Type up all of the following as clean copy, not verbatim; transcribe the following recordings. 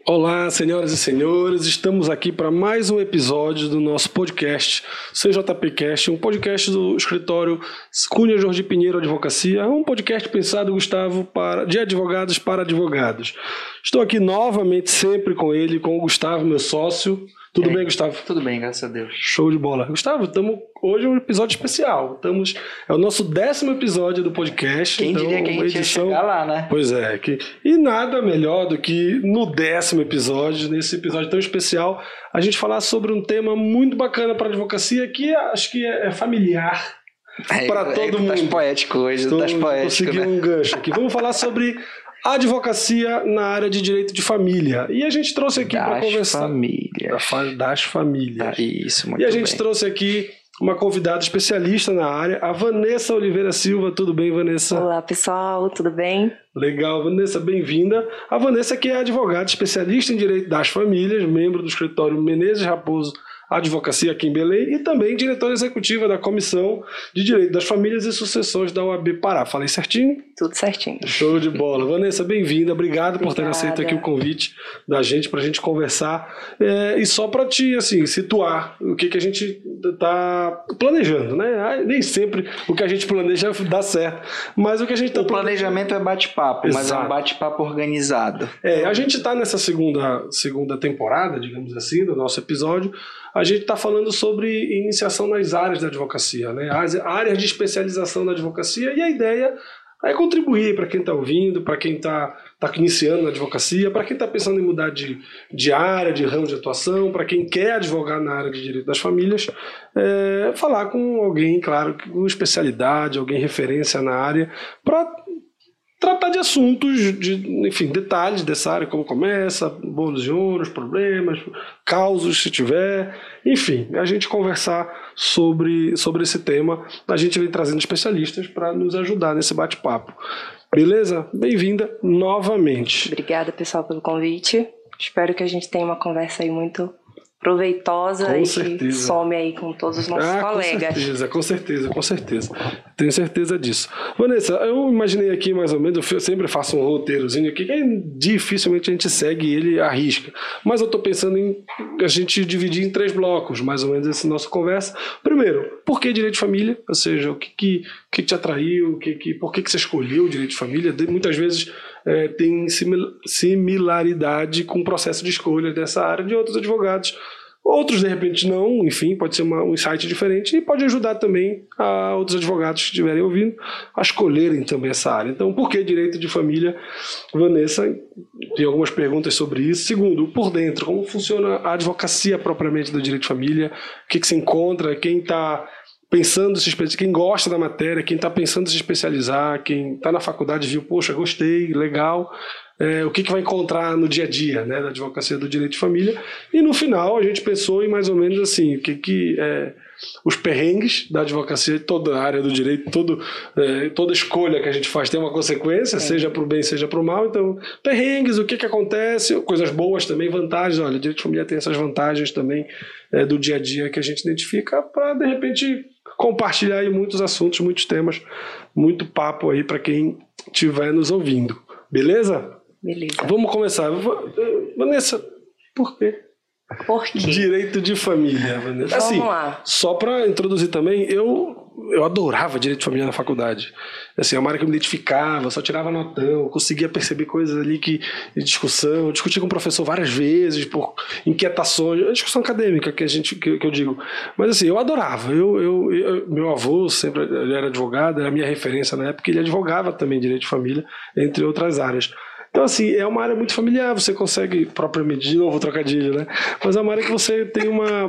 Olá, senhoras e senhores, estamos aqui para mais um episódio do nosso podcast CJPcast, um podcast do escritório Cunha Jorge Pinheiro Advocacia, um podcast pensado, Gustavo, de advogados para advogados. Estou aqui novamente sempre com ele, com o Gustavo, meu sócio. Tudo bem, Gustavo? Tudo bem, graças a Deus. Show de bola. Gustavo, hoje é um episódio especial. É o nosso 10º episódio do podcast. Quem diria que a gente ia chegar lá, né? Pois é. E nada melhor do que no 10º episódio, nesse episódio tão especial, a gente falar sobre um tema muito bacana para a advocacia, que acho que é familiar para todo mundo. Tá poético hoje, tá poético. Consegui um gancho aqui. Vamos falar sobre advocacia na área de direito de família. E a gente trouxe aqui para conversar. Das famílias. Isso, muito bem. E a gente bem. Trouxe aqui uma convidada especialista na área, a Vanessa Oliveira Silva. Tudo bem, Vanessa? Olá, pessoal. Tudo bem? Legal, Vanessa, bem-vinda. A Vanessa que é advogada especialista em direito das famílias, membro do escritório Menezes Raposo Advocacia aqui em Belém e também diretora executiva da Comissão de Direito das Famílias e Sucessões da OAB Pará. Falei certinho? Tudo certinho. Show de bola. Vanessa, bem-vinda. Obrigado por ter aceito aqui o convite da gente para a gente conversar. E só para te situar o que a gente está planejando, né? Nem sempre o que a gente planeja dá certo, mas o que a gente está... O planejamento é bate-papo, mas é um bate-papo organizado. A gente está nessa segunda temporada, digamos assim, do nosso episódio. A gente está falando sobre iniciação nas áreas da advocacia, né? As áreas de especialização da advocacia, e a ideia é contribuir para quem está ouvindo, para quem está iniciando na advocacia, para quem está pensando em mudar de área, de ramo de atuação, para quem quer advogar na área de direito das famílias, falar com alguém, claro, com especialidade, alguém referência na área, para tratar de assuntos, detalhes dessa área, como começa, bônus e ônus, problemas, causos, se tiver, enfim, a gente conversar sobre esse tema. A gente vem trazendo especialistas para nos ajudar nesse bate-papo. Beleza? Bem-vinda novamente. Obrigada, pessoal, pelo convite. Espero que a gente tenha uma conversa aí muito proveitosa que some aí com todos os nossos colegas. Com certeza. Tenho certeza disso. Vanessa, eu imaginei aqui mais ou menos, eu sempre faço um roteirozinho aqui, que dificilmente a gente segue ele à risca. Mas eu estou pensando em a gente dividir em 3 blocos, mais ou menos, essa nossa conversa. Primeiro, por que direito de família? Ou seja, o que te atraiu, por que você escolheu o direito de família? Muitas vezes tem similaridade com o processo de escolha dessa área de outros advogados. Outros, de repente, não. Enfim, pode ser um insight diferente e pode ajudar também a outros advogados que estiverem ouvindo a escolherem também essa área. Então, por que direito de família? Vanessa, tem algumas perguntas sobre isso. Segundo, por dentro, como funciona a advocacia propriamente do direito de família? O que se encontra? Quem está pensando, quem gosta da matéria, quem está pensando em se especializar, quem está na faculdade viu, poxa, gostei, legal, o que vai encontrar no dia a dia, né, da advocacia do direito de família. E no final a gente pensou em mais ou menos assim, os perrengues da advocacia, toda a área do direito, toda escolha que a gente faz tem uma consequência, seja para o bem, seja para o mal. Então, perrengues, o que acontece, coisas boas também, vantagens. Olha, o direito de família tem essas vantagens também do dia a dia que a gente identifica para, de repente, compartilhar aí muitos assuntos, muitos temas, muito papo aí para quem estiver nos ouvindo. Beleza? Beleza. Vamos começar. Vanessa, por quê? Por quê? Direito de família, Vanessa. Vamos lá. Só para introduzir também, eu adorava direito de família na faculdade. Assim, é uma área que eu me identificava, só tirava notão, conseguia perceber coisas ali de discussão. Eu discuti com o professor várias vezes por inquietações, discussão acadêmica que eu digo. Mas assim, eu adorava. Meu avô sempre ele era advogado, era a minha referência na época, ele advogava também direito de família, entre outras áreas. Então, assim, é uma área muito familiar, você consegue, propriamente, de novo, trocadilho, né? Mas é uma área que você tem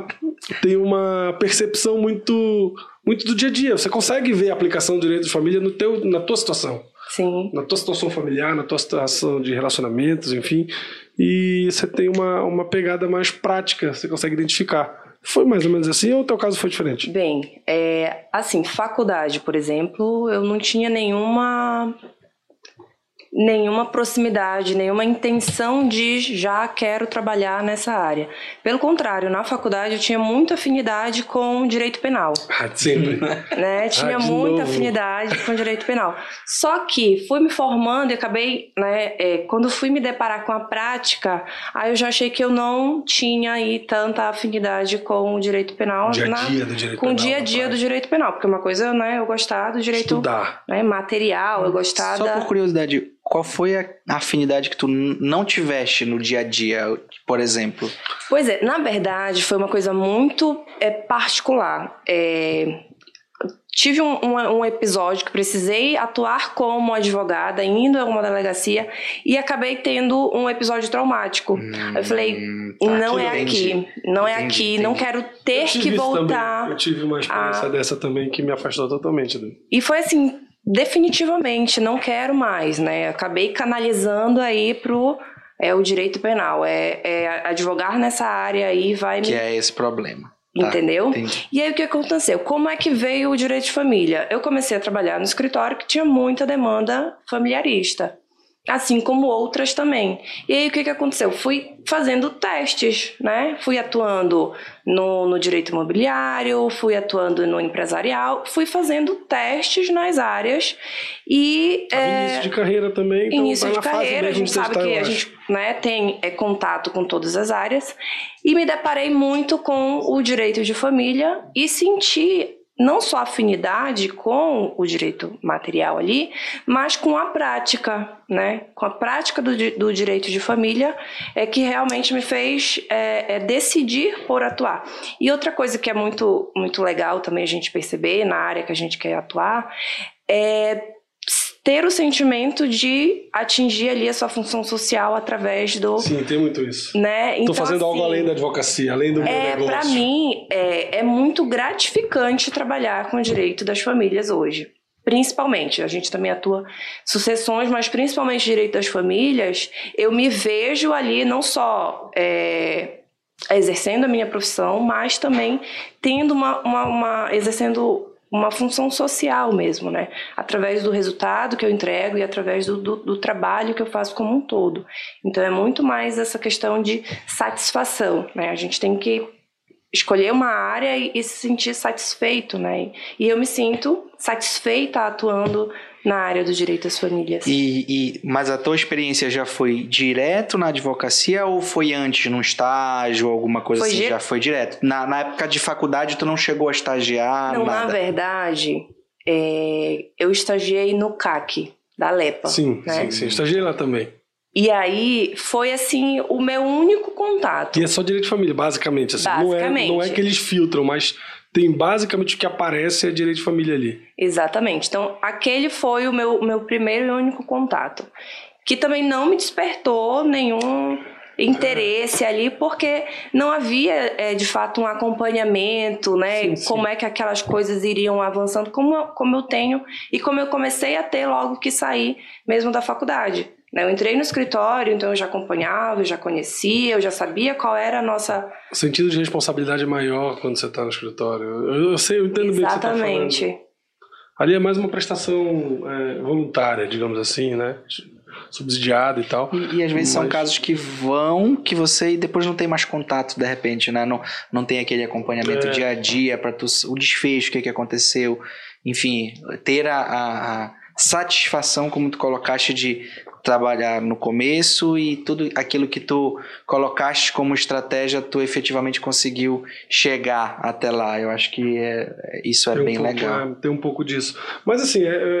uma percepção muito do dia a dia. Você consegue ver a aplicação do direito de família na tua situação. Sim. Na tua situação familiar, na tua situação de relacionamentos, enfim. E você tem uma pegada mais prática, você consegue identificar. Foi mais ou menos assim ou o teu caso foi diferente? Bem, assim, faculdade, por exemplo, eu não tinha nenhuma nenhuma proximidade, nenhuma intenção de já quero trabalhar nessa área. Pelo contrário, na faculdade eu tinha muita afinidade com direito penal. Sempre. Né? Tinha muita afinidade com direito penal. Só que fui me formando e acabei, né, quando fui me deparar com a prática, aí eu já achei que eu não tinha aí tanta afinidade com o direito penal. Com o dia a dia do direito penal, porque uma coisa, né, eu gostar do direito estudar, né, material, eu gostar Só por curiosidade, qual foi a afinidade que tu não tiveste no dia a dia, por exemplo? Pois é, na verdade foi uma coisa muito particular. Tive um episódio que precisei atuar como advogada, indo a uma delegacia, e acabei tendo um episódio traumático. Eu falei, não é aqui, não é aqui, não quero ter que voltar. Eu tive uma experiência dessa também que me afastou totalmente. E foi assim, definitivamente, não quero mais, né? Acabei canalizando aí pro o direito penal. Advogar nessa área aí vai me... Que é esse problema. Entendeu? Entendi. E aí o que aconteceu? Como é que veio o direito de família? Eu comecei a trabalhar no escritório que tinha muita demanda familiarista, assim como outras também. E aí o que aconteceu? Fui fazendo testes, né? Fui atuando no direito imobiliário, fui atuando no empresarial, fui fazendo testes nas áreas e... início de carreira também. Então início de carreira, a gente sabe que a gente, né, tem contato com todas as áreas e me deparei muito com o direito de família e senti não só afinidade com o direito material ali, mas com a prática, né? Com a prática do direito de família que realmente me fez decidir por atuar. E outra coisa que é muito, muito legal também a gente perceber na área que a gente quer atuar é ter o sentimento de atingir ali a sua função social através do... Sim, tem muito isso. Né? Estou fazendo algo além da advocacia, além do meu negócio. Para mim, é muito gratificante trabalhar com o direito das famílias hoje. Principalmente, a gente também atua sucessões, mas principalmente direito das famílias, eu me vejo ali não só... exercendo a minha profissão, mas também tendo exercendo uma função social mesmo, né? Através do resultado que eu entrego e através do trabalho que eu faço como um todo. Então, é muito mais essa questão de satisfação, né? A gente tem que escolher uma área e se sentir satisfeito, né? E eu me sinto satisfeita atuando na área do direito às famílias. Mas a tua experiência já foi direto na advocacia ou foi antes, num estágio, alguma coisa assim? Já foi direto? Na época de faculdade, tu não chegou a estagiar? Não, nada? Na verdade, eu estagiei no CAC, da LEPA. Sim, né? sim, estagiei lá também. E aí, foi assim, o meu único contato. E é só direito de família, basicamente. Assim. Basicamente. Não é que eles filtram, mas tem basicamente o que aparece é direito de família ali. Exatamente. Então, aquele foi o meu primeiro e único contato. Que também não me despertou nenhum interesse ali, porque não havia, de fato, um acompanhamento, né? Sim. Como é que aquelas coisas iriam avançando, como eu tenho e como eu comecei a ter logo que saí mesmo da faculdade. Eu entrei no escritório, então eu já acompanhava, eu já conhecia, eu já sabia qual era a nossa... O sentido de responsabilidade é maior quando você está no escritório. Eu sei, eu entendo bem o que você está falando. Exatamente. Ali é mais uma prestação voluntária, digamos assim, né? Subsidiada e tal. E às vezes são casos que você depois não tem mais contato de repente, né? Não tem aquele acompanhamento dia a dia para o desfecho, o que aconteceu. Enfim, ter a satisfação, como tu colocaste, de trabalhar no começo e tudo aquilo que tu colocaste como estratégia, tu efetivamente conseguiu chegar até lá. Eu acho que isso é bem legal. Tem um pouco disso. Mas assim,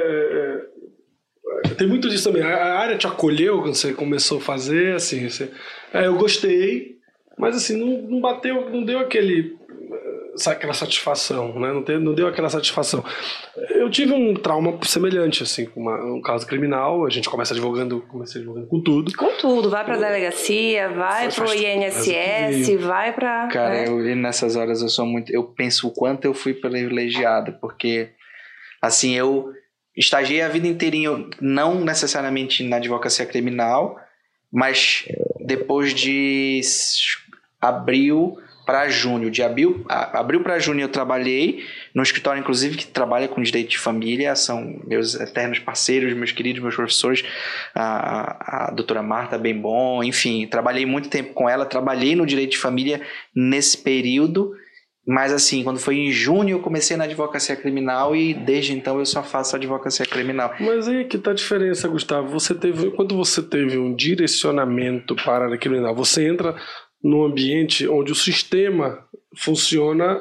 tem muito disso também. A área te acolheu quando você começou a fazer, assim, eu gostei, mas assim, não bateu, não deu aquela satisfação, né? Não deu aquela satisfação. Eu tive um trauma semelhante, assim, com um caso criminal. A gente comecei advogando com tudo. Com tudo, vai pra delegacia, vai pro INSS, vai pra... Cara, nessas horas eu penso o quanto eu fui privilegiado, porque, assim, eu estagiei a vida inteirinha, não necessariamente na advocacia criminal, mas depois de abril para junho. De abril para junho eu trabalhei no escritório, inclusive, que trabalha com direito de família. São meus eternos parceiros, meus queridos, meus professores. A doutora Marta Bembon, enfim, trabalhei muito tempo com ela. Trabalhei no direito de família nesse período. Mas assim, quando foi em junho eu comecei na advocacia criminal e desde então eu só faço advocacia criminal. Mas aí que tá a diferença, Gustavo. Quando você teve um direcionamento para a área criminal, você entra num ambiente onde o sistema funciona,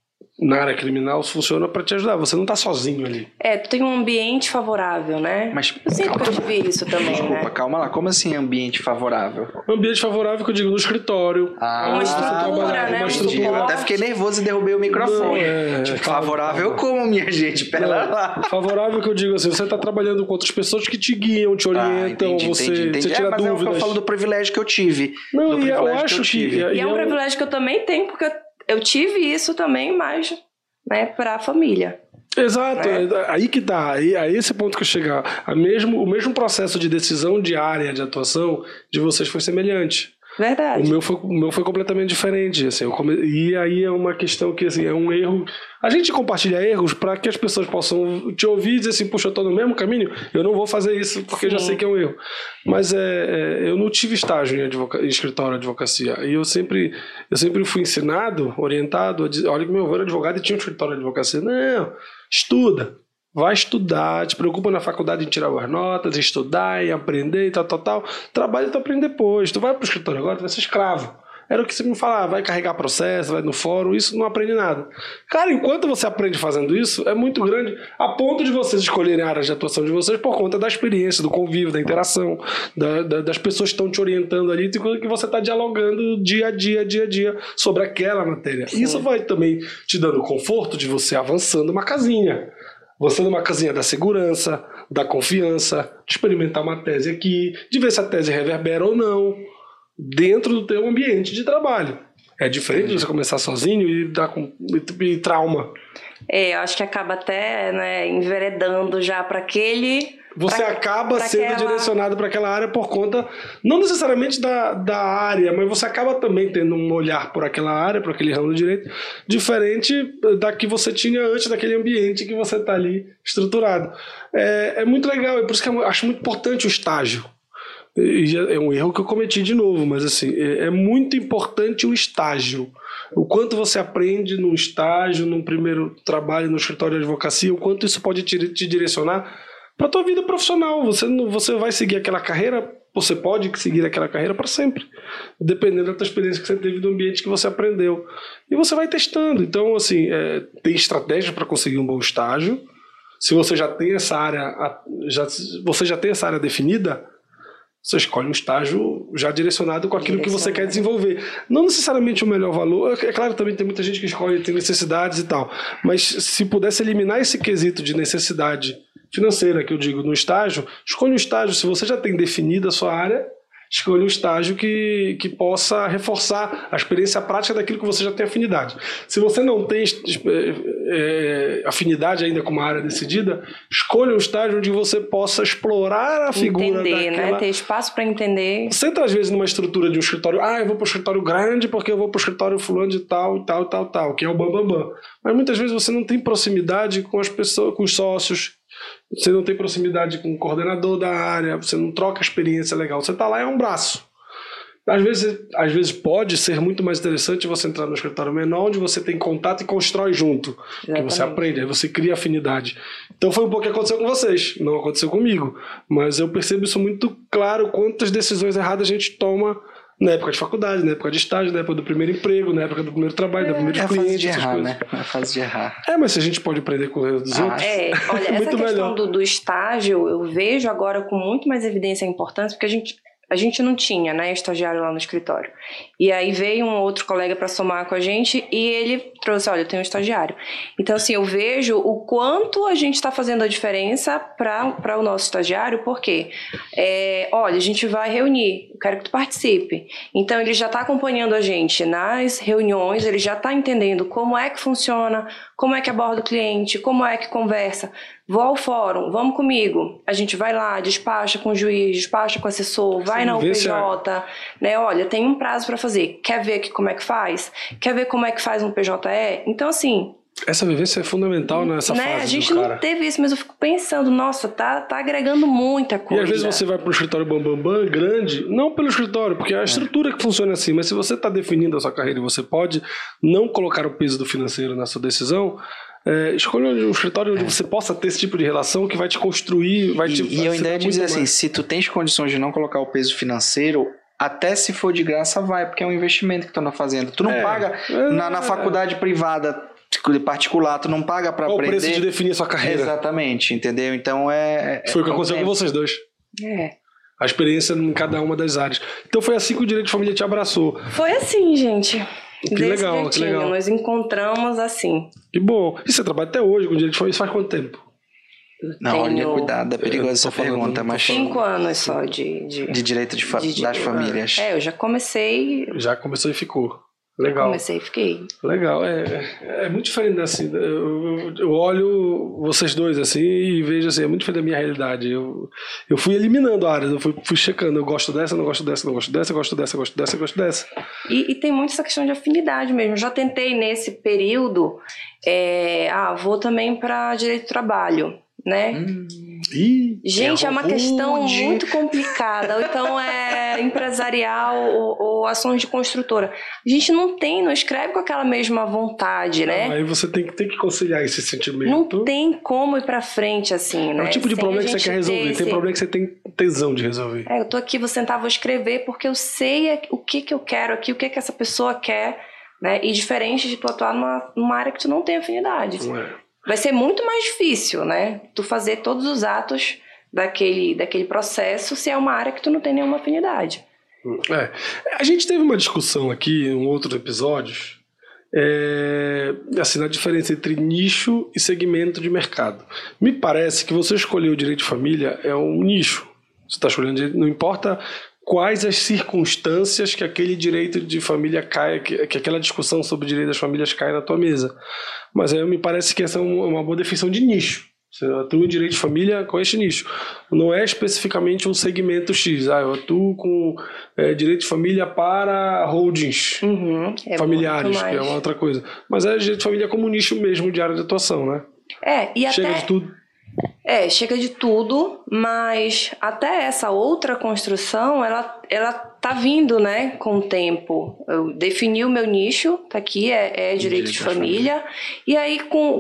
na área criminal, funciona para te ajudar. Você não tá sozinho ali. Tu tem um ambiente favorável, né? Mas eu sinto que eu tive isso também, desculpa, né? calma lá. Como assim ambiente favorável? Ambiente favorável que eu digo no escritório. Uma estrutura, né? Uma estrutura. Eu até fiquei nervoso e derrubei o microfone. Favorável como, minha gente? Pera lá. Favorável que eu digo assim, você tá trabalhando com outras pessoas que te guiam, te orientam, você tira mas dúvidas. Eu falo do privilégio que eu tive. Não, e eu acho que... E é um privilégio que eu também tenho, porque eu tive isso também, mas, né, para a família. Exato, né? Aí que tá, aí esse ponto que eu chegar. O mesmo processo de decisão de área de atuação de vocês foi semelhante. Verdade. O meu foi completamente diferente. Assim, e aí é uma questão que assim, é um erro. A gente compartilha erros para que as pessoas possam te ouvir e dizer assim, puxa, eu tô no mesmo caminho, eu não vou fazer isso porque eu já sei que é um erro. Mas eu não tive estágio em escritório de advocacia. E eu sempre fui ensinado, orientado, a dizer, olha que meu avô era advogado e tinha um escritório de advocacia. Não, estuda. Vai estudar, te preocupa na faculdade em tirar as notas, em estudar, em aprender e tal. Trabalha e tu aprende depois. Tu vai pro escritório agora, tu vai ser escravo. Era o que você me falava, vai carregar processo, vai no fórum, isso não aprende nada. Cara, enquanto você aprende fazendo isso, é muito grande, a ponto de vocês escolherem áreas de atuação de vocês por conta da experiência, do convívio, da interação, das pessoas que estão te orientando ali, que você está dialogando dia a dia sobre aquela matéria. Sim. Isso vai também te dando conforto de você avançando uma casinha. Você numa casinha da segurança, da confiança, de experimentar uma tese aqui, de ver se a tese reverbera ou não, dentro do teu ambiente de trabalho. É diferente de você começar sozinho e dar e trauma. Eu acho que acaba até, né, enveredando já para aquele... Você acaba sendo direcionado para aquela área por conta, não necessariamente da área, mas você acaba também tendo um olhar por aquela área, por aquele ramo do direito, diferente da que você tinha antes daquele ambiente que você está ali estruturado. É muito legal, é por isso que eu acho muito importante o estágio. E é um erro que eu cometi de novo, mas assim, é muito importante o estágio. O quanto você aprende no estágio, no primeiro trabalho no escritório de advocacia, o quanto isso pode te direcionar para a tua vida profissional. Você vai seguir aquela carreira, você pode seguir aquela carreira para sempre, dependendo da tua experiência que você teve do ambiente que você aprendeu. E você vai testando. Então, assim, tem estratégia para conseguir um bom estágio. Se você já tem essa área definida, você escolhe um estágio já direcionado com aquilo que você quer desenvolver. Não necessariamente o melhor valor. É claro, também tem muita gente que escolhe, tem necessidades e tal. Mas se pudesse eliminar esse quesito de necessidade financeira, que eu digo, no estágio, escolha um estágio. Se você já tem definido a sua área, escolha um estágio que possa reforçar a experiência prática daquilo que você já tem afinidade. Se você não tem afinidade ainda com uma área decidida, escolha um estágio onde você possa explorar a figura daquela... né? Ter espaço para entender. Você entra às vezes numa estrutura de um escritório, eu vou para o escritório grande porque eu vou para o escritório fulano de tal, que é o bambambam. Mas muitas vezes você não tem proximidade com as pessoas, com os sócios. Você não tem proximidade com o coordenador da área, você não troca experiência legal. Você está lá, é um braço. Às vezes pode ser muito mais interessante você entrar no escritório menor, onde você tem contato e constrói junto. Que você aprende, aí você cria afinidade. Então foi um pouco que aconteceu com vocês, não aconteceu comigo. Mas eu percebo isso muito claro, quantas decisões erradas a gente toma na época de faculdade, na época de estágio, na época do primeiro emprego, na época do primeiro trabalho, do primeiro cliente, essas coisas. Né? É a fase de errar. Mas se a gente pode aprender com os outros... Olha, essa questão do estágio, eu vejo agora com muito mais evidência a importância, porque a gente não tinha, né, estagiário lá no escritório. E aí veio um outro colega para somar com a gente e ele trouxe, olha, eu tenho um estagiário. Então, assim, eu vejo o quanto a gente está fazendo a diferença para o nosso estagiário, porque, olha, a gente vai reunir, eu quero que tu participe. Então, ele já está acompanhando a gente nas reuniões, ele já está entendendo como é que funciona, como é que aborda o cliente, como é que conversa. Vou ao fórum, vamos comigo. A gente vai lá, despacha com o juiz, despacha com o assessor, vai na UPJ, né? Olha, tem um prazo para fazer. Quer ver aqui como é que faz? Quer ver como é que faz um PJE? Então, assim... Essa vivência é fundamental nessa fase, A gente do cara. não teve isso, mas eu fico pensando, nossa, tá agregando muita coisa. E às vezes você vai para um escritório bambambam grande, não pelo escritório, porque é a estrutura que funciona assim, mas se você está definindo a sua carreira e você pode não colocar o peso do financeiro na sua decisão... escolha um escritório onde você possa ter esse tipo de relação que vai te construir, vai te... E eu ainda ia dizer assim, se tu tens condições de não colocar o peso financeiro, até se for de graça vai, porque é um investimento que tu não fazendo. Tu não paga na faculdade privada, particular, tu não paga para aprender. Qual o preço de definir a sua carreira. Exatamente, entendeu? Então foi o que aconteceu com vocês dois. A experiência em cada uma das áreas. Então foi assim que o direito de família te abraçou. Foi assim, gente. Que legal, que legal. Nós encontramos assim. Que bom. E você trabalha até hoje com direito de família, isso faz quanto tempo? Não, olha, cuidado, é perigosa essa pergunta. Mas 5 anos só de direito das famílias. Eu já comecei... Já começou e ficou. Legal. Eu comecei e fiquei. Legal. É muito diferente assim. Eu olho vocês dois assim e vejo assim, é muito diferente da minha realidade. Eu fui eliminando áreas, eu fui checando. Eu gosto dessa, não gosto dessa, não gosto dessa, eu gosto dessa, eu gosto dessa, eu gosto dessa. E tem muito essa questão de afinidade mesmo. Eu já tentei nesse período, vou também para direito do trabalho, né? Gente, é uma questão muito complicada. Ou então é empresarial ou ações de construtora. A gente não escreve com aquela mesma vontade, né? Aí você tem que conciliar esse sentimento. Não tem como ir pra frente assim, né? É o tipo de problema que você quer resolver. Tem problema que você tem tesão de resolver. Eu tô aqui, vou sentar, vou escrever porque eu sei o que eu quero aqui, o que essa pessoa quer, né? E diferente de tu atuar numa área que tu não tem afinidade. Vai ser muito mais difícil, né? Tu fazer todos os atos daquele processo se é uma área que tu não tem nenhuma afinidade. A gente teve uma discussão aqui em outros episódios assim, na diferença entre nicho e segmento de mercado. Me parece que você escolheu o direito de família é um nicho. Você está escolhendo direito, não importa quais as circunstâncias que aquele direito de família cai, que aquela discussão sobre o direito das famílias cai na tua mesa. Mas me parece que essa é uma boa definição de nicho. Você atua em direito de família com este nicho. Não é especificamente um segmento X. Eu atuo com direito de família para holdings familiares, que é uma outra coisa. Mas é direito de família como nicho mesmo de área de atuação, né? Chega de tudo. Chega de tudo, mas até essa outra construção, ela tá vindo, né, com o tempo. Eu defini o meu nicho, tá aqui, direito de família, e aí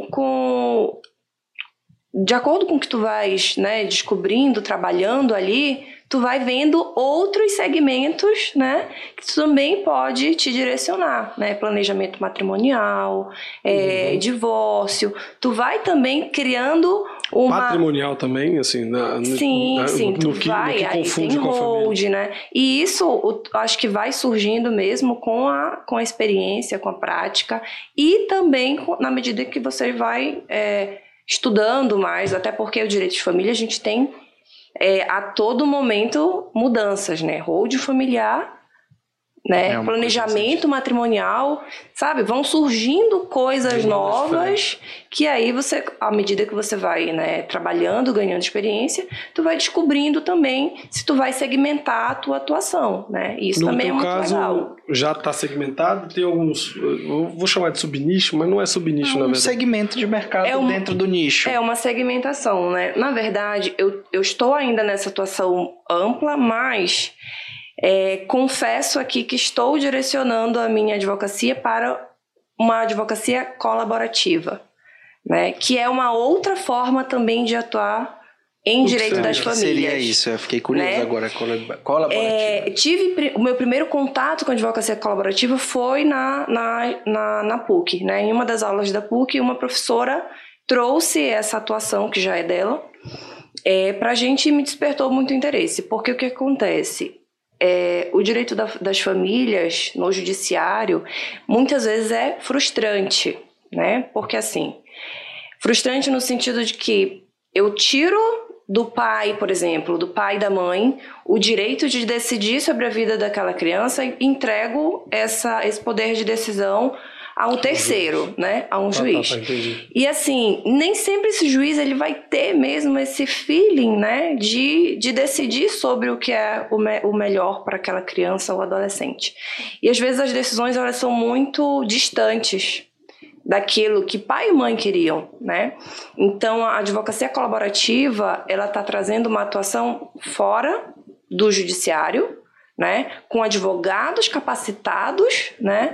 de acordo com o que tu vais, né, descobrindo, trabalhando ali, tu vai vendo outros segmentos, né, que tu também pode te direcionar, né, planejamento matrimonial, divórcio, tu vai também criando patrimonial também, assim, sim, tu vai, aí tem hold, né, e isso acho que vai surgindo mesmo com a experiência, com a prática, e também na medida que você vai estudando mais, até porque o direito de família a gente tem a todo momento mudanças, né? Hold familiar, né? Planejamento matrimonial, sabe? Vão surgindo coisas novas que aí você, à medida que você vai, né, trabalhando, ganhando experiência, tu vai descobrindo também se tu vai segmentar a tua atuação, né? Isso também é muito legal. Já está segmentado, tem alguns, eu vou chamar de subnicho, mas não é subnicho, na verdade. Um segmento de mercado dentro do nicho. É uma segmentação, né? Na verdade, eu estou ainda nessa atuação ampla, mas confesso aqui que estou direcionando a minha advocacia para uma advocacia colaborativa, né? Que é uma outra forma também de atuar em direito das famílias. Seria isso, eu fiquei curioso, né? Agora, colaborativa. Tive o meu primeiro contato com a advocacia colaborativa foi na PUC, né? Em uma das aulas da PUC, uma professora trouxe essa atuação, que já é dela, pra gente, e me despertou muito interesse, porque o que acontece? O direito das famílias no judiciário muitas vezes é frustrante, né? Porque assim, frustrante no sentido de que eu tiro do pai, por exemplo, do pai e da mãe, o direito de decidir sobre a vida daquela criança e entrego esse poder de decisão a um terceiro, né? A um juiz. Entendi. E assim, nem sempre esse juiz ele vai ter mesmo esse feeling, né? De decidir sobre o que é o melhor para aquela criança ou adolescente. E às vezes as decisões elas são muito distantes daquilo que pai e mãe queriam, né? Então, a advocacia colaborativa, ela está trazendo uma atuação fora do judiciário, né? Com advogados capacitados, né?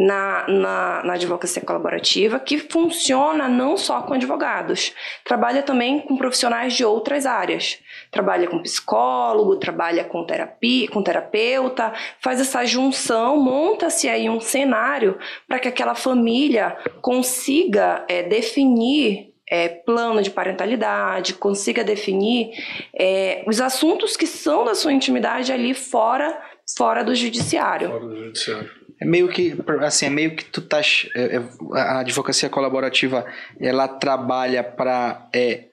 Na advocacia colaborativa, que funciona não só com advogados, trabalha também com profissionais de outras áreas. Trabalha com psicólogo, trabalha com terapeuta, faz essa junção, monta-se aí um cenário para que aquela família consiga definir plano de parentalidade, consiga definir os assuntos que são da sua intimidade ali fora do judiciário. Fora do judiciário. É meio que tu estás... a advocacia colaborativa, ela trabalha para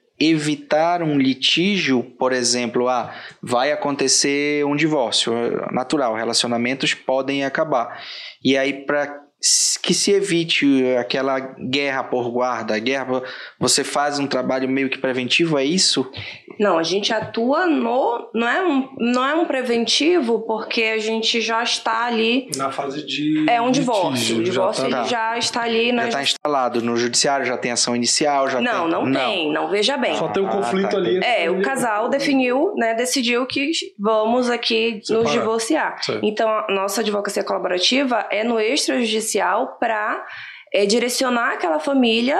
evitar um litígio, por exemplo, vai acontecer um divórcio natural, relacionamentos podem acabar. E aí, para que se evite aquela guerra por guarda, você faz um trabalho meio que preventivo, é isso? Não, a gente atua não é um preventivo, porque a gente já está ali... Na fase de um divórcio. litígio, O divórcio ele já está ali... Já está instalado no judiciário, já tem ação inicial, Não, veja bem. Só tem um conflito ali. O casal definiu, né, decidiu que vamos aqui nos divorciar. Sim. Então, a nossa advocacia colaborativa é no extrajudicial para direcionar aquela família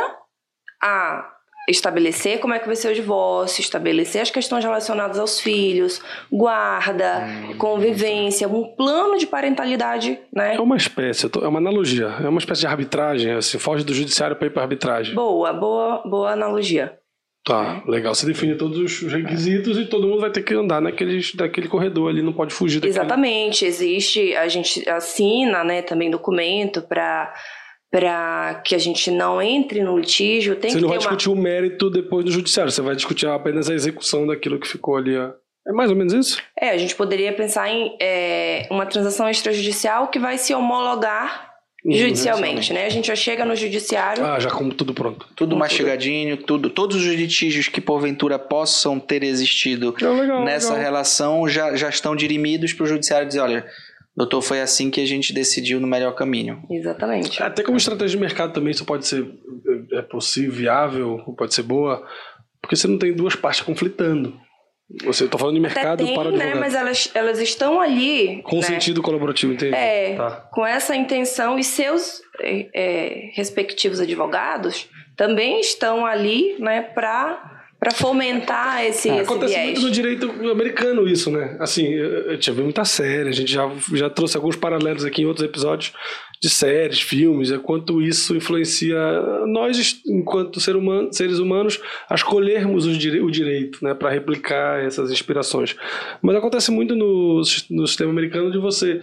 a estabelecer como é que vai ser o divórcio, estabelecer as questões relacionadas aos filhos, guarda, convivência, um plano de parentalidade, né? É uma espécie, é uma analogia, é uma espécie de arbitragem, assim, foge do judiciário para ir para arbitragem. Boa analogia. Tá, legal. Você define todos os requisitos e todo mundo vai ter que andar daquele corredor ali, não pode fugir daquele... Exatamente, a gente assina, né, também documento para que a gente não entre no litígio. Você não vai discutir o mérito depois do judiciário, você vai discutir apenas a execução daquilo que ficou ali. É mais ou menos isso? A gente poderia pensar em uma transação extrajudicial que vai se homologar judicialmente, né? A gente já chega no judiciário... já como tudo pronto. Tudo mastigadinho, todos os litígios que porventura possam ter existido nessa relação já estão dirimidos para o judiciário dizer, olha, doutor, foi assim que a gente decidiu no melhor caminho. Exatamente. Até como estratégia de mercado também isso pode ser possível, viável, pode ser boa, porque você não tem duas partes conflitando. Você está falando de mercado para advogado. Né? Mas elas estão ali... Com sentido colaborativo, entendi. Com essa intenção, e seus respectivos advogados também estão ali, né, para fomentar esse acontece viés. muito no direito americano isso, né? Assim, eu já vi muita série, a gente já trouxe alguns paralelos aqui em outros episódios de séries, filmes, quanto isso influencia nós, enquanto seres humanos, a escolhermos o direito, né, para replicar essas inspirações. Mas acontece muito no sistema americano de você...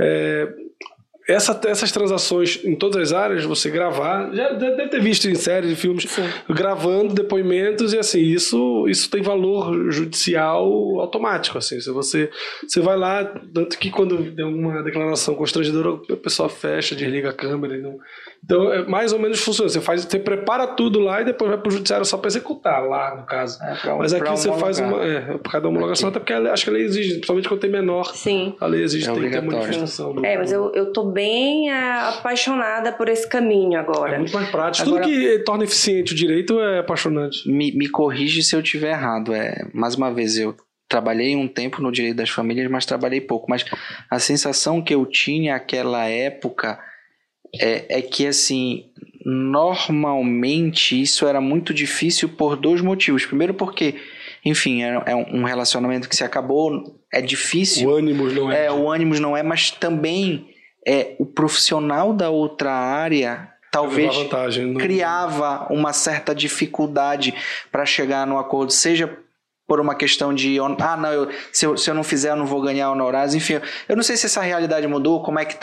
Essas transações em todas as áreas, você gravar, já deve ter visto em séries e filmes, gravando depoimentos e assim, isso tem valor judicial automático, assim, se você vai lá, tanto que quando tem uma declaração constrangedora, a pessoa fecha, desliga a câmera, então mais ou menos funciona, você prepara tudo lá e depois vai pro judiciário só para executar lá, no caso. Mas aqui você faz por causa da homologação, até porque acho que a lei exige, principalmente quando tem menor, a lei exige tem que ter manifestação. Mas eu tô bem apaixonada por esse caminho agora. É muito mais prático. Tudo que torna eficiente o direito é apaixonante. Me corrige se eu estiver errado. Mais uma vez, eu trabalhei um tempo no direito das famílias, mas trabalhei pouco. Mas a sensação que eu tinha naquela época é que, assim, normalmente isso era muito difícil por dois motivos. Primeiro porque, enfim, é um relacionamento que se acabou, é difícil. O ânimo não é. O ânimo não é, mas também o profissional da outra área talvez criava uma certa dificuldade para chegar no acordo, seja por uma questão de... não, se eu não fizer, eu não vou ganhar honorários. Enfim, eu não sei se essa realidade mudou, como é que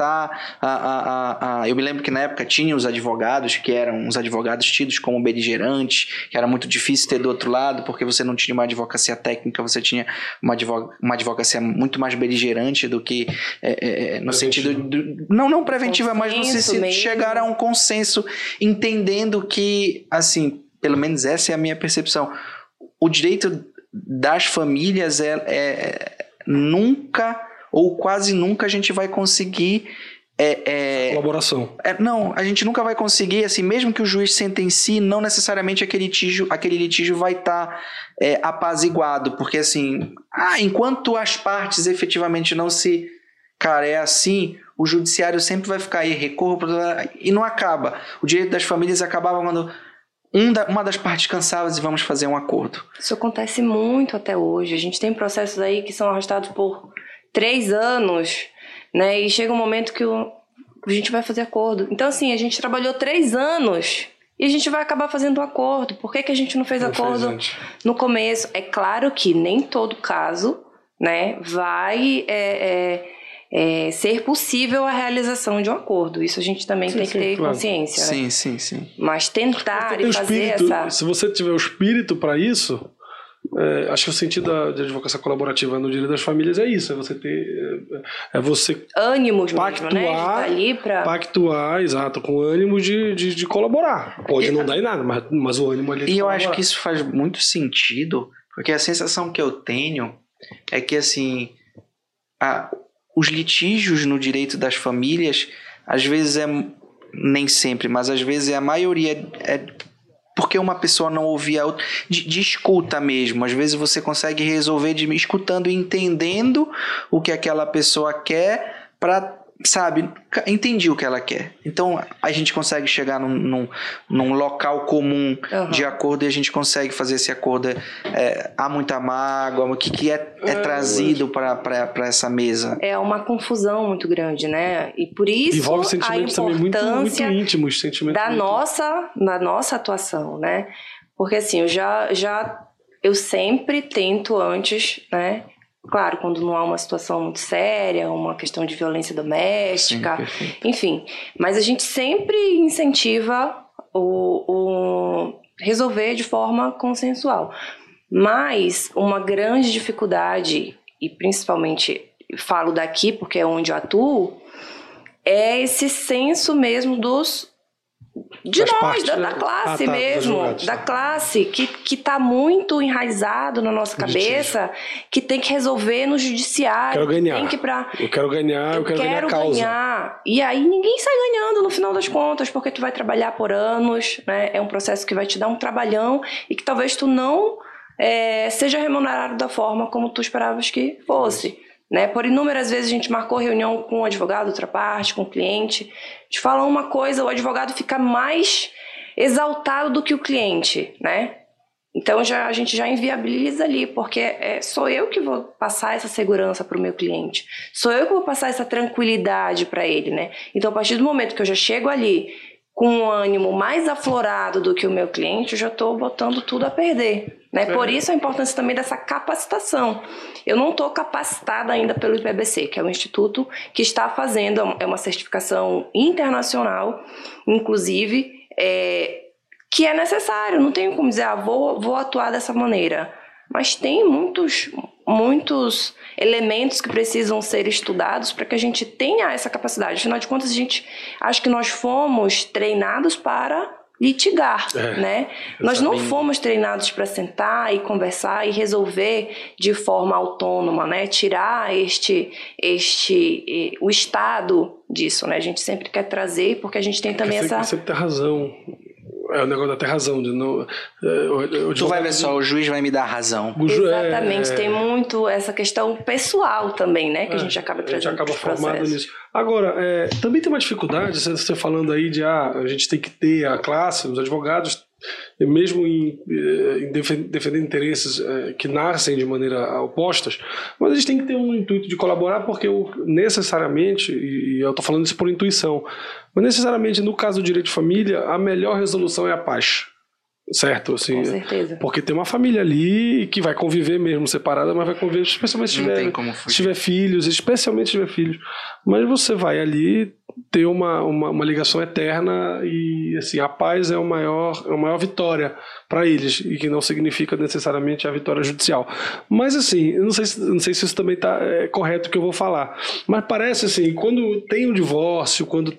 tá. Eu me lembro que na época tinha os advogados, que eram os advogados tidos como beligerantes, que era muito difícil ter do outro lado, porque você não tinha uma advocacia técnica, você tinha uma advocacia muito mais beligerante do que... no sentido... Não preventiva, mas no sentido de chegar a um consenso, entendendo que, assim, pelo menos essa é a minha percepção, o direito das famílias nunca ou quase nunca a gente vai conseguir colaboração. Não, a gente nunca vai conseguir, assim, mesmo que o juiz sentencie, não necessariamente aquele litígio vai estar apaziguado, porque assim, enquanto as partes efetivamente não se... Cara, é assim, o judiciário sempre vai ficar aí, recorro, e não acaba. O direito das famílias acabava quando uma das partes cansava e vamos fazer um acordo. Isso acontece muito até hoje. A gente tem processos aí que são arrastados por 3 anos, né? E chega um momento que a gente vai fazer acordo. Então, assim, a gente trabalhou 3 anos e a gente vai acabar fazendo um acordo. Por que a gente não fez acordo no começo? É claro que nem todo caso, né, vai... ser possível a realização de um acordo. Isso a gente também tem que ter consciência. Sim, né? sim. Mas tentar e fazer essa... Se você tiver o espírito para isso, acho que o sentido da advocacia colaborativa no direito das famílias é isso, é você ter... você ânimos pactuar, mesmo, né? De tá ali pra... Pactuar, exato, com ânimo de colaborar. Pode não dar em nada, mas o ânimo ali... E eu acho que isso faz muito sentido, porque a sensação que eu tenho é que, assim... os litígios no direito das famílias, às vezes nem sempre, mas às vezes a maioria porque uma pessoa não ouvia a outra, de escuta mesmo. Às vezes você consegue resolver escutando e entendendo o que aquela pessoa quer para, sabe, entendi o que ela quer. Então a gente consegue chegar num local comum de acordo e a gente consegue fazer esse acordo. Há muita mágoa, o que é trazido para essa mesa. É uma confusão muito grande, né? E por isso envolve sentimentos também muito íntimos, sentimentos da nossa atuação, né? Porque assim, eu sempre tento antes, né? Claro, quando não há uma situação muito séria, uma questão de violência doméstica, sim, enfim. Mas a gente sempre incentiva o resolver de forma consensual. Mas uma grande dificuldade, e principalmente falo daqui porque é onde eu atuo, é esse senso mesmo da classe mesmo, da classe que está muito enraizado na nossa cabeça, que tem que resolver no judiciário. Eu quero ganhar a causa. E aí ninguém sai ganhando no final das contas, porque tu vai trabalhar por anos, né? É um processo que vai te dar um trabalhão e que talvez tu não seja remunerado da forma como tu esperavas que fosse. Né? Por inúmeras vezes a gente marcou reunião com o advogado, outra parte, com o cliente. A gente fala uma coisa, o advogado fica mais exaltado do que o cliente, né? Então a gente já inviabiliza ali, porque sou eu que vou passar essa segurança para o meu cliente. Sou eu que vou passar essa tranquilidade para ele, né? Então a partir do momento que eu já chego ali com um ânimo mais aflorado do que o meu cliente, eu já estou botando tudo a perder. Né? Por isso a importância também dessa capacitação. Eu não estou capacitada ainda pelo IPBC, que é o instituto que está fazendo, é uma certificação internacional, inclusive, que é necessário. Não tenho como dizer, vou atuar dessa maneira. Mas tem muitos elementos que precisam ser estudados para que a gente tenha essa capacidade. Afinal de contas, acho que nós fomos treinados para litigar, né? Nós não fomos treinados para sentar e conversar e resolver de forma autônoma, né? Tirar o Estado disso, né? A gente sempre quer trazer, porque a gente tem também essa... Sempre tem razão. É o negócio da ter razão. Tu vai ver só, o juiz vai me dar razão. Exatamente, tem muito essa questão pessoal também, né? Que a gente acaba trazendo. A gente acaba formado nisso. Agora, também tem uma dificuldade, você falando aí de a gente tem que ter a classe, os advogados, mesmo em defender interesses que nascem de maneira opostas, mas a gente tem que ter um intuito de colaborar, porque necessariamente, e eu estou falando isso por intuição, mas necessariamente no caso do direito de família, a melhor resolução é a paz. certo? Assim, Com certeza. porque tem uma família ali que vai conviver mesmo separada, mas vai conviver, especialmente se tiver filhos, especialmente se tiver filhos. Mas você vai ali ter uma ligação eterna e assim, a paz é a maior vitória para eles, e que não significa necessariamente a vitória judicial. Mas assim, eu não sei se isso também é correto o que eu vou falar, mas parece assim, quando tem um divórcio, quando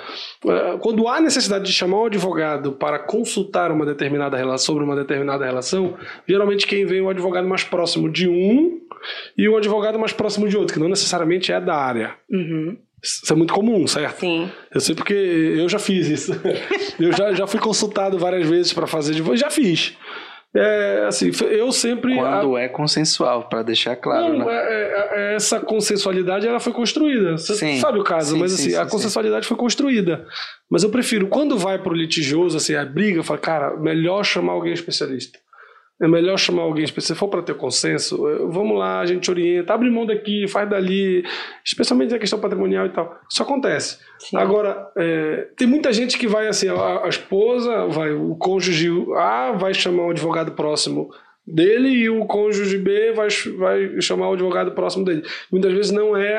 há necessidade de chamar um advogado para consultar sobre uma determinada relação, geralmente quem vem é o advogado mais próximo de um e o advogado mais próximo de outro, que não necessariamente é da área. Uhum. Isso é muito comum, certo? Sim. Eu sei porque eu já fiz isso. Eu já fui consultado várias vezes para fazer divórcio. Já fiz. Assim, eu sempre... Quando é consensual, para deixar claro. Não, né? Essa consensualidade ela foi construída. Você sabe o caso, mas assim, a consensualidade foi construída. Mas eu prefiro, quando vai para o litigioso, assim, a briga, eu falo, cara, melhor chamar alguém especialista. É melhor chamar alguém, se for para ter consenso, vamos lá, a gente orienta, abre mão daqui, faz dali, especialmente a questão patrimonial e tal. Isso acontece. Sim. Agora, tem muita gente que vai assim, a esposa, o cônjuge A vai chamar um advogado próximo dele e o cônjuge B vai chamar o advogado próximo dele. Muitas vezes não é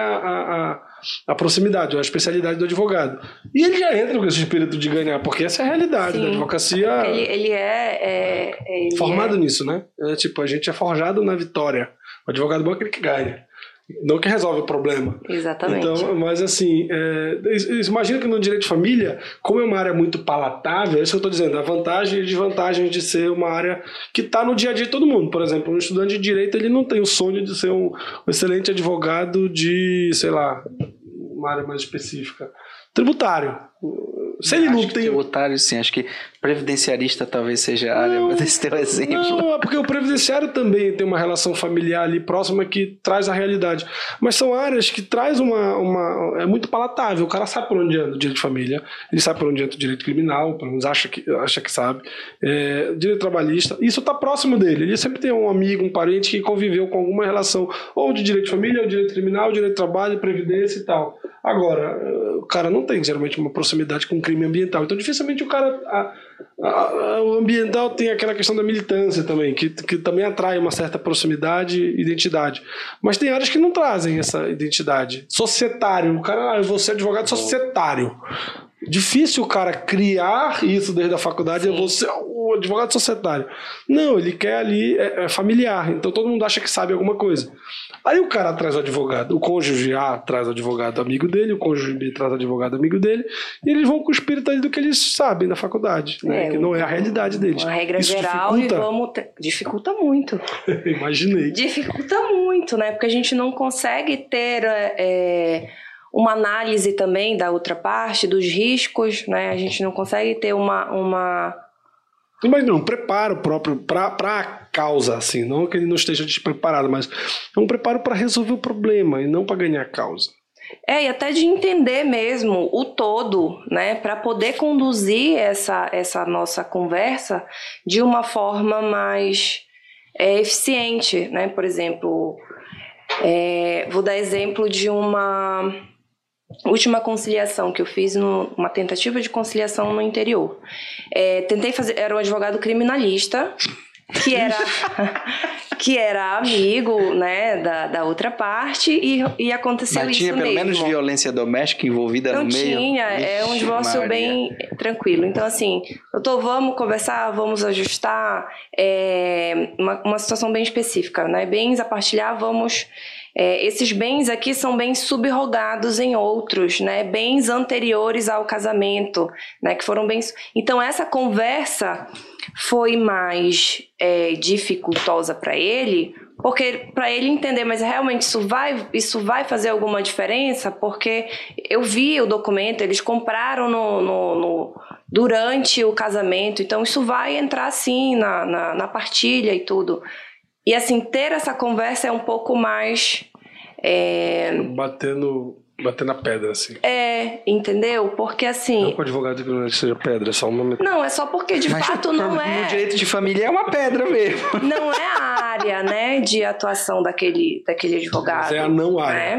a proximidade, a especialidade do advogado. E ele já entra com esse espírito de ganhar, porque essa é a realidade da advocacia. Ele é formado nisso, né? A gente é forjado na vitória. O advogado bom é aquele que ganha, não que resolve o problema. Exatamente. Então, mas assim, imagina que no direito de família, como é uma área muito palatável, é isso que eu estou dizendo, a vantagem e desvantagem de ser uma área que está no dia a dia de todo mundo. Por exemplo, um estudante de direito, ele não tem o sonho de ser um excelente advogado de, sei lá, uma área mais específica. Tributário. Se ele não tem... Tributário, sim. Acho que previdenciarista talvez seja a área desse teu exemplo. Não, é porque o previdenciário também tem uma relação familiar ali próxima que traz a realidade. Mas são áreas que traz é muito palatável. O cara sabe por onde anda o direito de família, ele sabe por onde anda o direito criminal, pelo menos acha que sabe. Direito trabalhista, isso está próximo dele. Ele sempre tem um amigo, um parente que conviveu com alguma relação ou de direito de família, ou direito criminal, ou direito de trabalho, previdência e tal. Agora, o cara não tem geralmente uma proximidade com crime ambiental. Então, dificilmente o cara... o ambiental tem aquela questão da militância também, que também atrai uma certa proximidade e identidade. Mas tem áreas que não trazem essa identidade. Societário. O cara, eu vou ser advogado societário. Difícil o cara criar isso desde a faculdade, eu vou ser o advogado societário. Não, ele quer ali, é familiar. Então todo mundo acha que sabe alguma coisa. Aí o cara traz o advogado, o cônjuge A traz o advogado amigo dele, o cônjuge B traz o advogado amigo dele, e eles vão com o espírito ali do que eles sabem da faculdade, né? Que não é a realidade deles. Uma regra isso geral dificulta muito. Imaginei. Dificulta muito, né? Porque a gente não consegue ter uma análise também da outra parte, dos riscos, né? A gente não consegue ter uma... Imagina, um preparo próprio para a causa, assim, não que ele não esteja despreparado, mas é um preparo para resolver o problema e não para ganhar a causa. E até de entender mesmo o todo, né, para poder conduzir essa nossa conversa de uma forma mais eficiente, né? Por exemplo, vou dar exemplo de uma última conciliação que eu fiz, uma tentativa de conciliação no interior. Tentei fazer, era um advogado criminalista que era amigo, né, da outra parte e aconteceu Mas isso mesmo. Tinha pelo menos violência doméstica envolvida no meio? Não tinha, é um divórcio bem tranquilo. Então assim, doutor, vamos conversar, vamos ajustar, uma situação bem específica, né, bens a partilhar, vamos... esses bens aqui são bens subrogados em outros, né? Bens anteriores ao casamento, né? Que foram bens... Então, essa conversa foi mais dificultosa para ele, porque para ele entender, mas realmente isso vai fazer alguma diferença? Porque eu vi o documento, eles compraram durante o casamento, então isso vai entrar sim na partilha e tudo. E assim, ter essa conversa é um pouco mais... Bater na pedra, assim. Entendeu? Porque assim... Não que o advogado de criminalista seja pedra, é só um momento. Não, é só porque de fato não é... No direito de família é uma pedra mesmo. Não é a área, né, de atuação daquele advogado. Mas é a não área. Né?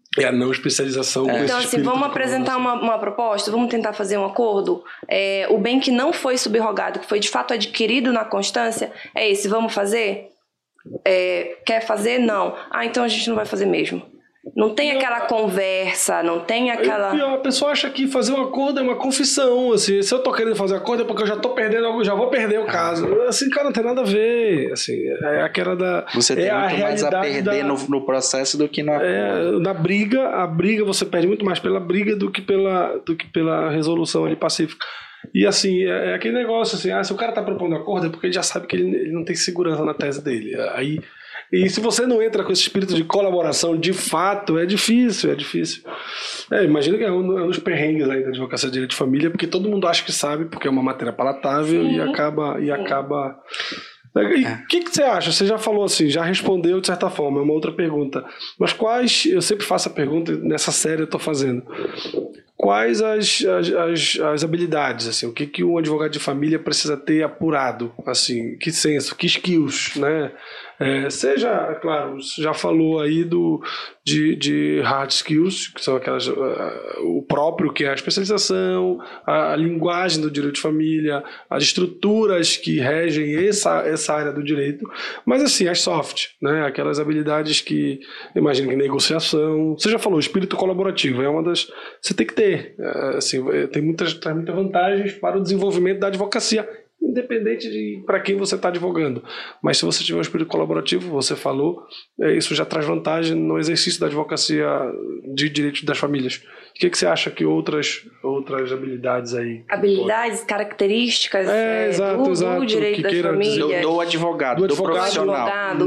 É a não especialização com esse Então, assim, espírito vamos de apresentar uma proposta, vamos tentar fazer um acordo. O bem que não foi subrogado, que foi de fato adquirido na constância, é esse, vamos fazer? Quer fazer? Não. Então a gente não vai fazer mesmo. Não tem aquela conversa, não tem aquela... A pessoa acha que fazer um acordo é uma confissão, assim, se eu tô querendo fazer um acordo é porque eu já tô perdendo algo, já vou perder o caso. Assim, cara, não tem nada a ver, assim, é aquela da... Você tem muito mais a perder no processo do que na... Na briga, a briga você perde muito mais pela briga do que pela resolução ali pacífica. E assim, é aquele negócio assim, se o cara tá propondo acordo é porque ele já sabe que ele não tem segurança na tese dele. E se você não entra com esse espírito de colaboração, de fato, é difícil. Imagina que é um dos perrengues aí da advocacia de direito de família, porque todo mundo acha que sabe, porque é uma matéria palatável. Sim. e acaba... O que você acha? Você já falou assim, já respondeu de certa forma, é uma outra pergunta. Mas eu sempre faço a pergunta, nessa série eu estou fazendo. Quais as habilidades, assim, o que um advogado de família precisa ter apurado, assim, que senso, que skills, né? Seja, claro, você já falou aí de hard skills, que são aquelas, o próprio que é a especialização, a linguagem do direito de família, as estruturas que regem essa área do direito, mas assim, as soft, né? Aquelas habilidades que, imagino que negociação, você já falou, espírito colaborativo, é uma das, você tem que ter, assim, traz muitas vantagens para o desenvolvimento da advocacia, independente de para quem você está advogando. Mas se você tiver um espírito colaborativo, você falou, isso já traz vantagem no exercício da advocacia de direito das famílias. O que você acha que outras habilidades aí? Habilidades, características exato, do direito das famílias. Do advogado, do profissional.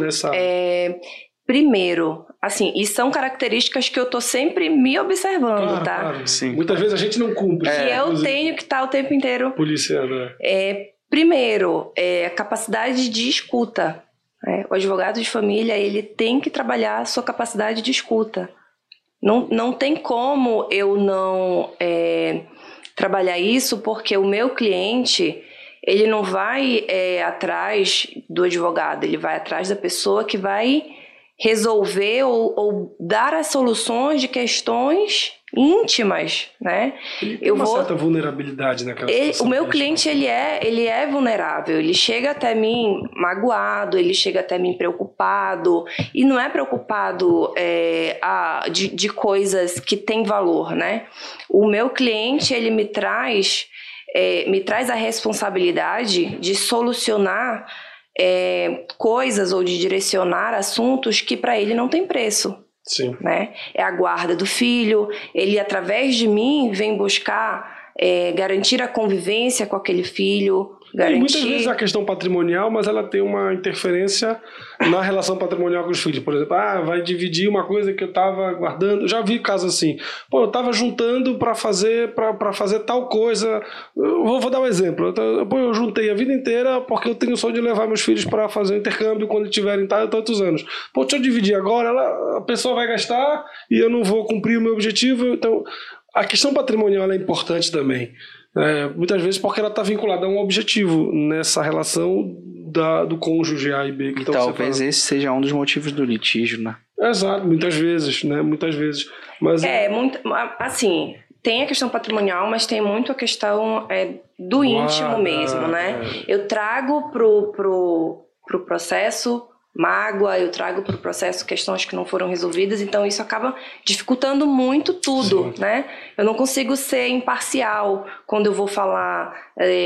Primeiro, assim, e são características que eu tô sempre me observando, tá? Claro. Sim. Muitas vezes a gente não cumpre. Que eu tenho que estar o tempo inteiro policiando. Primeiro, a capacidade de escuta. O advogado de família, ele tem que trabalhar a sua capacidade de escuta. Não tem como eu não trabalhar isso, porque o meu cliente, ele não vai atrás do advogado, ele vai atrás da pessoa que vai resolver ou dar as soluções de questões íntimas, né? Ele tem uma certa vulnerabilidade naquela situação. O meu cliente, ele é vulnerável, ele chega até mim magoado, ele chega até mim preocupado, e não é preocupado de coisas que têm valor, né? O meu cliente, ele me traz a responsabilidade de solucionar coisas ou de direcionar assuntos que para ele não tem preço. Sim. Né? É a guarda do filho, ele através de mim vem buscar garantir a convivência com aquele filho. E muitas vezes a questão patrimonial, mas ela tem uma interferência na relação patrimonial com os filhos. Por exemplo, vai dividir uma coisa que eu estava guardando. Já vi casos assim. Eu estava juntando para fazer tal coisa. Vou dar um exemplo. Eu juntei a vida inteira porque eu tenho o sonho de levar meus filhos para fazer um intercâmbio quando tiverem tantos anos. Deixa eu dividir agora, a pessoa vai gastar e eu não vou cumprir o meu objetivo. Então, a questão patrimonial é importante também. Muitas vezes porque ela está vinculada a um objetivo nessa relação do cônjuge A e B. E talvez esse seja um dos motivos do litígio, né? Exato, muitas vezes, né? Muitas vezes. Mas assim, tem a questão patrimonial, mas tem muito a questão do íntimo mesmo, né? Eu trago pro processo mágoa, eu trago para o processo questões que não foram resolvidas, então isso acaba dificultando muito tudo, sim, né? Eu não consigo ser imparcial quando eu vou falar,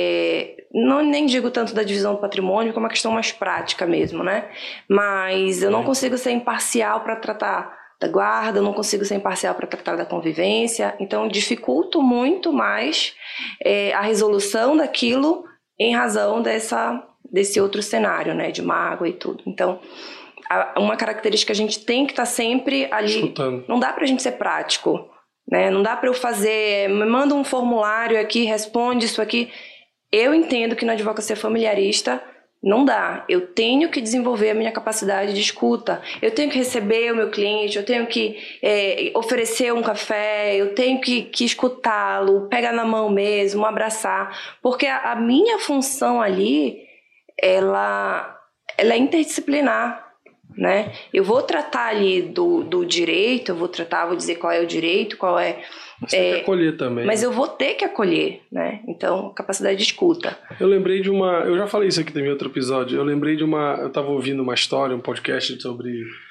nem digo tanto da divisão do patrimônio, como uma questão mais prática mesmo, né? Mas eu não consigo ser imparcial para tratar da guarda, eu não consigo ser imparcial para tratar da convivência, então dificulto muito mais a resolução daquilo em razão desse outro cenário, né, de mágoa e tudo. Então, uma característica que a gente tem que estar sempre ali. Escutando. Não dá pra gente ser prático, né? Não dá pra eu fazer, me manda um formulário aqui, responde isso aqui. Eu entendo que na advocacia familiarista não dá. Eu tenho que desenvolver a minha capacidade de escuta. Eu tenho que receber o meu cliente, eu tenho que oferecer um café, eu tenho que escutá-lo, pegar na mão mesmo, abraçar. Porque a minha função ali, ela é interdisciplinar. né? Eu vou tratar ali do direito, vou dizer qual é o direito, qual é... Você tem que acolher também. Mas eu vou ter que acolher, né? Então, capacidade de escuta. Eu lembrei de uma... Eu já falei isso aqui também em outro episódio. Eu lembrei de uma... Eu estava ouvindo uma história, um podcast sobre...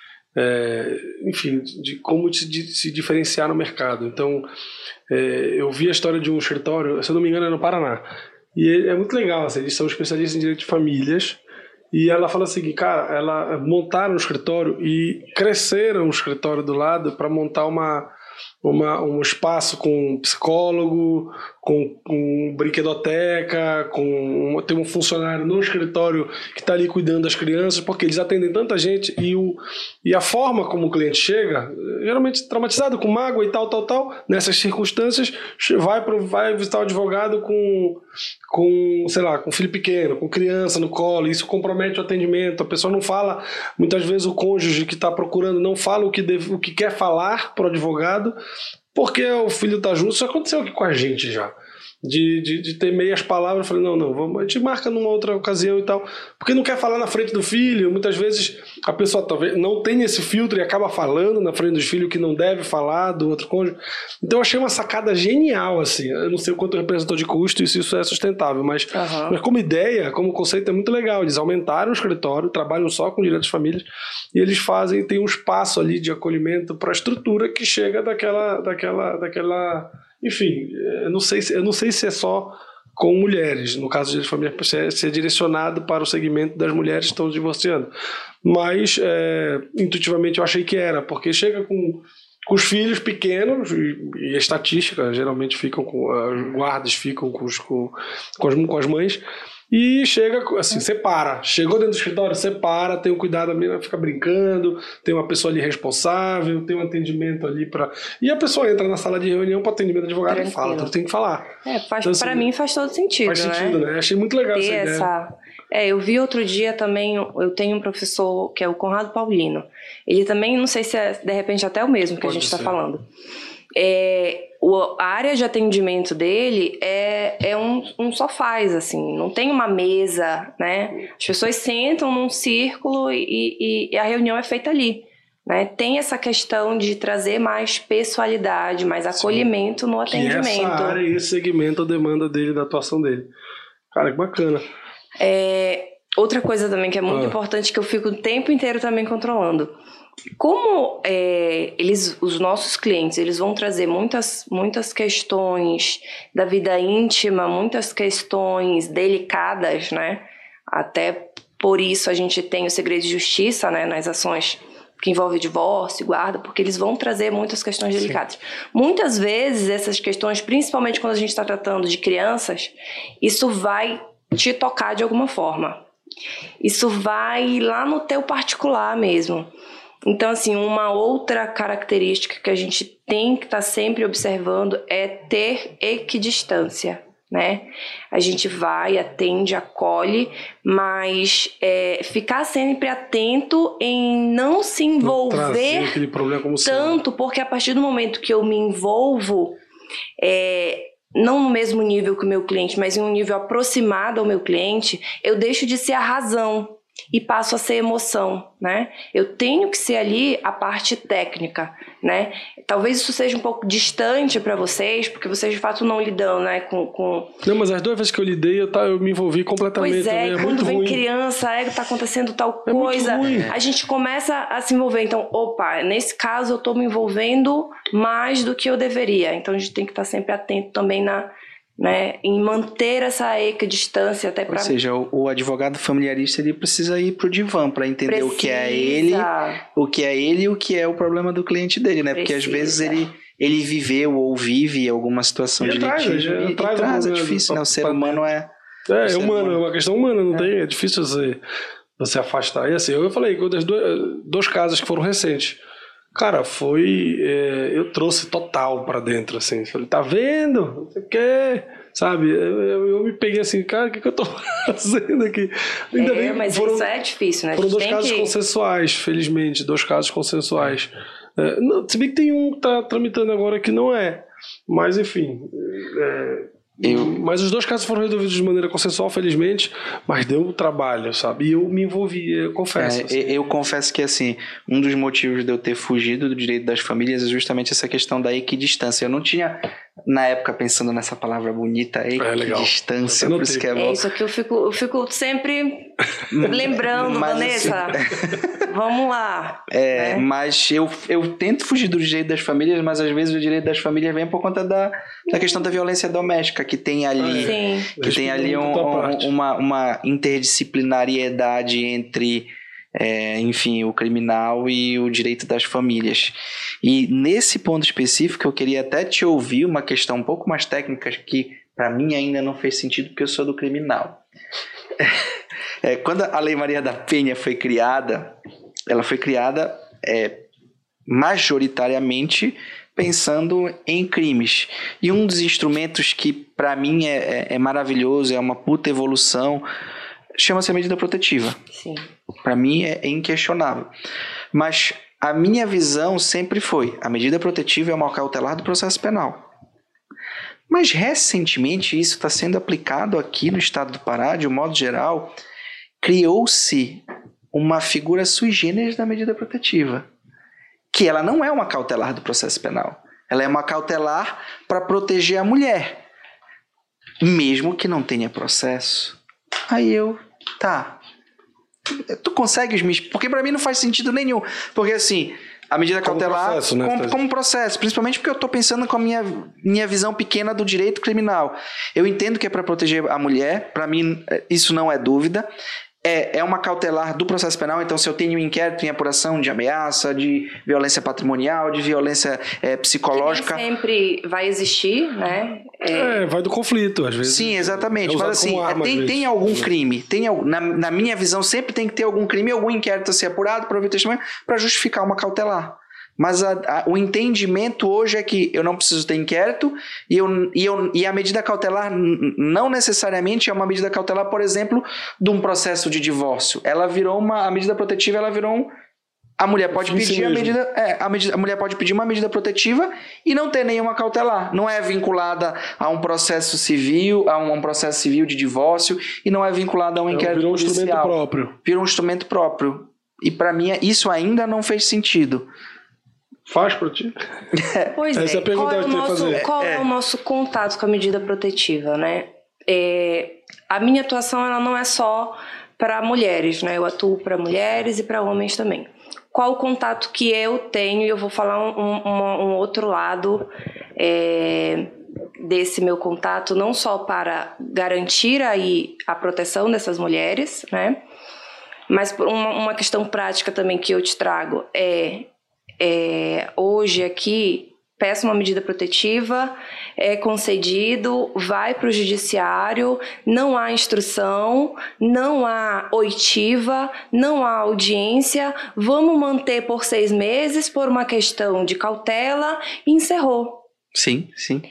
enfim, de como se diferenciar no mercado. Então, eu vi a história de um escritório, se eu não me engano é no Paraná, e é muito legal, assim, eles são especialistas em direito de famílias, e ela fala assim, cara, ela montaram um escritório e cresceram o escritório do lado para montar um espaço com psicólogo, com brinquedoteca, tem um funcionário no escritório que está ali cuidando das crianças, porque eles atendem tanta gente e a forma como o cliente chega, geralmente traumatizado, com mágoa e tal, nessas circunstâncias, vai visitar o advogado sei lá, com filho pequeno, com criança no colo, isso compromete o atendimento, a pessoa não fala, muitas vezes o cônjuge que está procurando não fala o que quer falar para o advogado, porque o filho está junto. Isso aconteceu aqui com a gente já. De ter meias palavras, eu falei, não, a gente marca numa outra ocasião e tal, porque não quer falar na frente do filho. Muitas vezes a pessoa talvez não tenha esse filtro e acaba falando na frente dos filhos que não deve falar do outro cônjuge. Então eu achei uma sacada genial, assim. Eu não sei o quanto representou de custo e se isso é sustentável, mas como ideia, como conceito é muito legal. Eles aumentaram o escritório, trabalham só com direitos de famílias e eles tem um espaço ali de acolhimento para a estrutura que chega daquela enfim, eu não sei se é só com mulheres, no caso de família, se é direcionado para o segmento das mulheres que estão divorciando, mas intuitivamente eu achei que era, porque chega com os filhos pequenos, e a estatística geralmente ficam os guardas ficam com as mães, e chega assim, separa, chegou dentro do escritório, separa, tem um cuidado, a menina fica brincando, tem uma pessoa ali responsável, tem um atendimento ali e a pessoa entra na sala de reunião para atendimento de advogado e fala, tu tem que falar. Então, para mim faz todo sentido, faz sentido, né? Achei muito legal essa ideia. Eu vi outro dia também, eu tenho um professor que é o Conrado Paulino, ele também, não sei se é de repente até o mesmo que a gente está falando. A área de atendimento dele é um sofás, assim, não tem uma mesa, né? As pessoas sentam num círculo e a reunião é feita ali, né? Tem essa questão de trazer mais pessoalidade, mais acolhimento no atendimento. Que essa área e esse segmento, a demanda dele, da atuação dele. Cara, que bacana. Outra coisa também que é muito importante, que eu fico o tempo inteiro também controlando. Como os nossos clientes, eles vão trazer muitas questões da vida íntima, muitas questões delicadas, né? Até por isso a gente tem o segredo de justiça, né, nas ações que envolvem divórcio, guarda, porque eles vão trazer muitas questões delicadas. Muitas vezes essas questões, principalmente quando a gente está tratando de crianças, isso vai te tocar de alguma forma. Isso vai lá no teu particular mesmo. Então, assim, uma outra característica que a gente tem que estar sempre observando é ter equidistância, né? A gente vai, atende, acolhe, mas ficar sempre atento em não se envolver aquele problema como tanto, porque a partir do momento que eu me envolvo, não no mesmo nível que o meu cliente, mas em um nível aproximado ao meu cliente, eu deixo de ser a razão e passo a ser emoção, né? Eu tenho que ser ali a parte técnica, né? Talvez isso seja um pouco distante para vocês, porque vocês de fato não lidam, né, com... Não, mas as 2 vezes que eu lidei, eu me envolvi completamente. Pois é quando vem ruim. Criança, tá acontecendo tal coisa, a gente começa a se envolver. Então, nesse caso eu tô me envolvendo mais do que eu deveria. Então a gente tem que estar sempre atento também em manter essa equidistância até para... Ou seja, o advogado familiarista ele precisa ir pro divã para entender o que é ele e o que é o problema do cliente dele, né? Porque às vezes ele viveu ou vive alguma situação de litígio e traz, é difícil, né? O ser humano é humano, é uma questão humana, não tem, é difícil você afastar. E assim, eu falei que das 2 casos que foram recentes, cara, eu trouxe total pra dentro, assim. Falei, tá vendo? Você quer? Sabe? Eu me peguei assim, cara, o que eu tô fazendo aqui? Ainda bem, mas isso é difícil, né? Foram 2 casos consensuais, felizmente. 2 casos consensuais. Se bem que tem um que tá tramitando agora que não é. Mas, enfim, Mas os 2 casos foram resolvidos de maneira consensual, felizmente, mas deu trabalho, sabe? E eu me envolvi, eu confesso. Assim. Eu confesso que, assim, um dos motivos de eu ter fugido do direito das famílias é justamente essa questão da equidistância. Eu não tinha, na época, pensando nessa palavra bonita, equidistância, por isso que é bom. É isso que eu fico sempre lembrando, Vanessa. Assim, vamos lá. Mas eu tento fugir do direito das famílias, mas às vezes o direito das famílias vem por conta da questão da violência doméstica, que tem ali, uma interdisciplinariedade entre, enfim, o criminal e o direito das famílias. E nesse ponto específico, eu queria até te ouvir uma questão um pouco mais técnica que para mim ainda não fez sentido, porque eu sou do criminal. Quando a Lei Maria da Penha foi criada, ela foi criada majoritariamente pensando em crimes. E um dos instrumentos que para mim é maravilhoso, é uma puta evolução, chama-se a medida protetiva. Sim. Para mim é inquestionável. Mas a minha visão sempre foi, a medida protetiva é uma cautelar do processo penal. Mas recentemente isso está sendo aplicado aqui no estado do Pará, de um modo geral, criou-se uma figura sui generis da medida protetiva, que ela não é uma cautelar do processo penal. Ela é uma cautelar para proteger a mulher, mesmo que não tenha processo. Aí tu consegues me... Porque para mim não faz sentido nenhum. Porque assim, a medida cautelar processo, né? como processo, principalmente porque eu estou pensando com a minha visão pequena do direito criminal. Eu entendo que é para proteger a mulher, para mim isso não é dúvida. É uma cautelar do processo penal, então se eu tenho inquérito em apuração de ameaça, de violência patrimonial, de violência psicológica... Que nem sempre vai existir, né? Vai do conflito, às vezes. Sim, exatamente. Mas assim, tem algum crime, na minha visão sempre tem que ter algum crime, algum inquérito a ser apurado para ouvir testemunha, para justificar uma cautelar. Mas o entendimento hoje é que eu não preciso ter inquérito e a medida cautelar não necessariamente é uma medida cautelar, por exemplo, de um processo de divórcio. Ela virou a medida protetiva, a mulher pode pedir a mulher pode pedir uma medida protetiva e não ter nenhuma cautelar. Não é vinculada a um processo civil, a um processo civil de divórcio e não é vinculada a um inquérito policial. Virou um instrumento próprio. Virou um instrumento próprio. E para mim isso ainda não fez sentido. Faz para ti? Pois Essa é a pergunta que eu tenho que fazer. Qual é o nosso contato com a medida protetiva, né? A minha atuação ela não é só para mulheres, né? Eu atuo para mulheres e para homens também. Qual o contato que eu tenho? E eu vou falar um outro lado desse meu contato, não só para garantir aí a proteção dessas mulheres, né? Mas por uma questão prática também que eu te trago hoje aqui, peço uma medida protetiva, é concedido, vai para o judiciário, não há instrução, não há oitiva, não há audiência, vamos manter por 6 meses por uma questão de cautela e encerrou. Sim.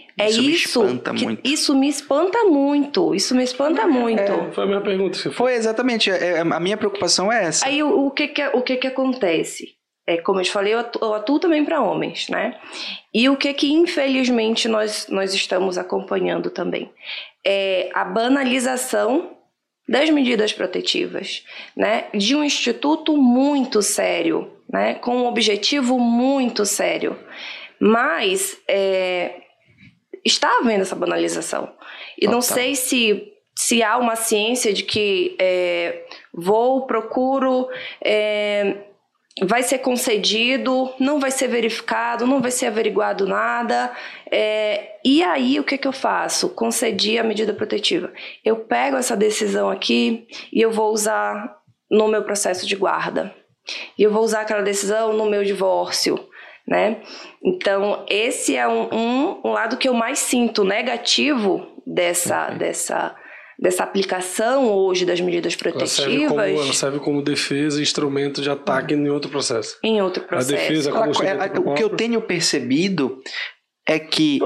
Isso me espanta muito. Foi a minha pergunta que você fez. Foi exatamente. A minha preocupação é essa. Aí o que acontece? Como eu te falei, eu atuo também para homens, né? E o que infelizmente nós estamos acompanhando também é a banalização das medidas protetivas, né? De um instituto muito sério, né? Com um objetivo muito sério. Mas está havendo essa banalização. E não sei se há uma ciência de que procuro... vai ser concedido, não vai ser verificado, não vai ser averiguado nada. E aí, o que eu faço? Concedi a medida protetiva. Eu pego essa decisão aqui e eu vou usar no meu processo de guarda. E eu vou usar aquela decisão no meu divórcio, né? Então, esse é um lado que eu mais sinto negativo dessa aplicação hoje das medidas protetivas. Ela serve como defesa e instrumento de ataque em outro processo. A defesa como o que eu tenho percebido é que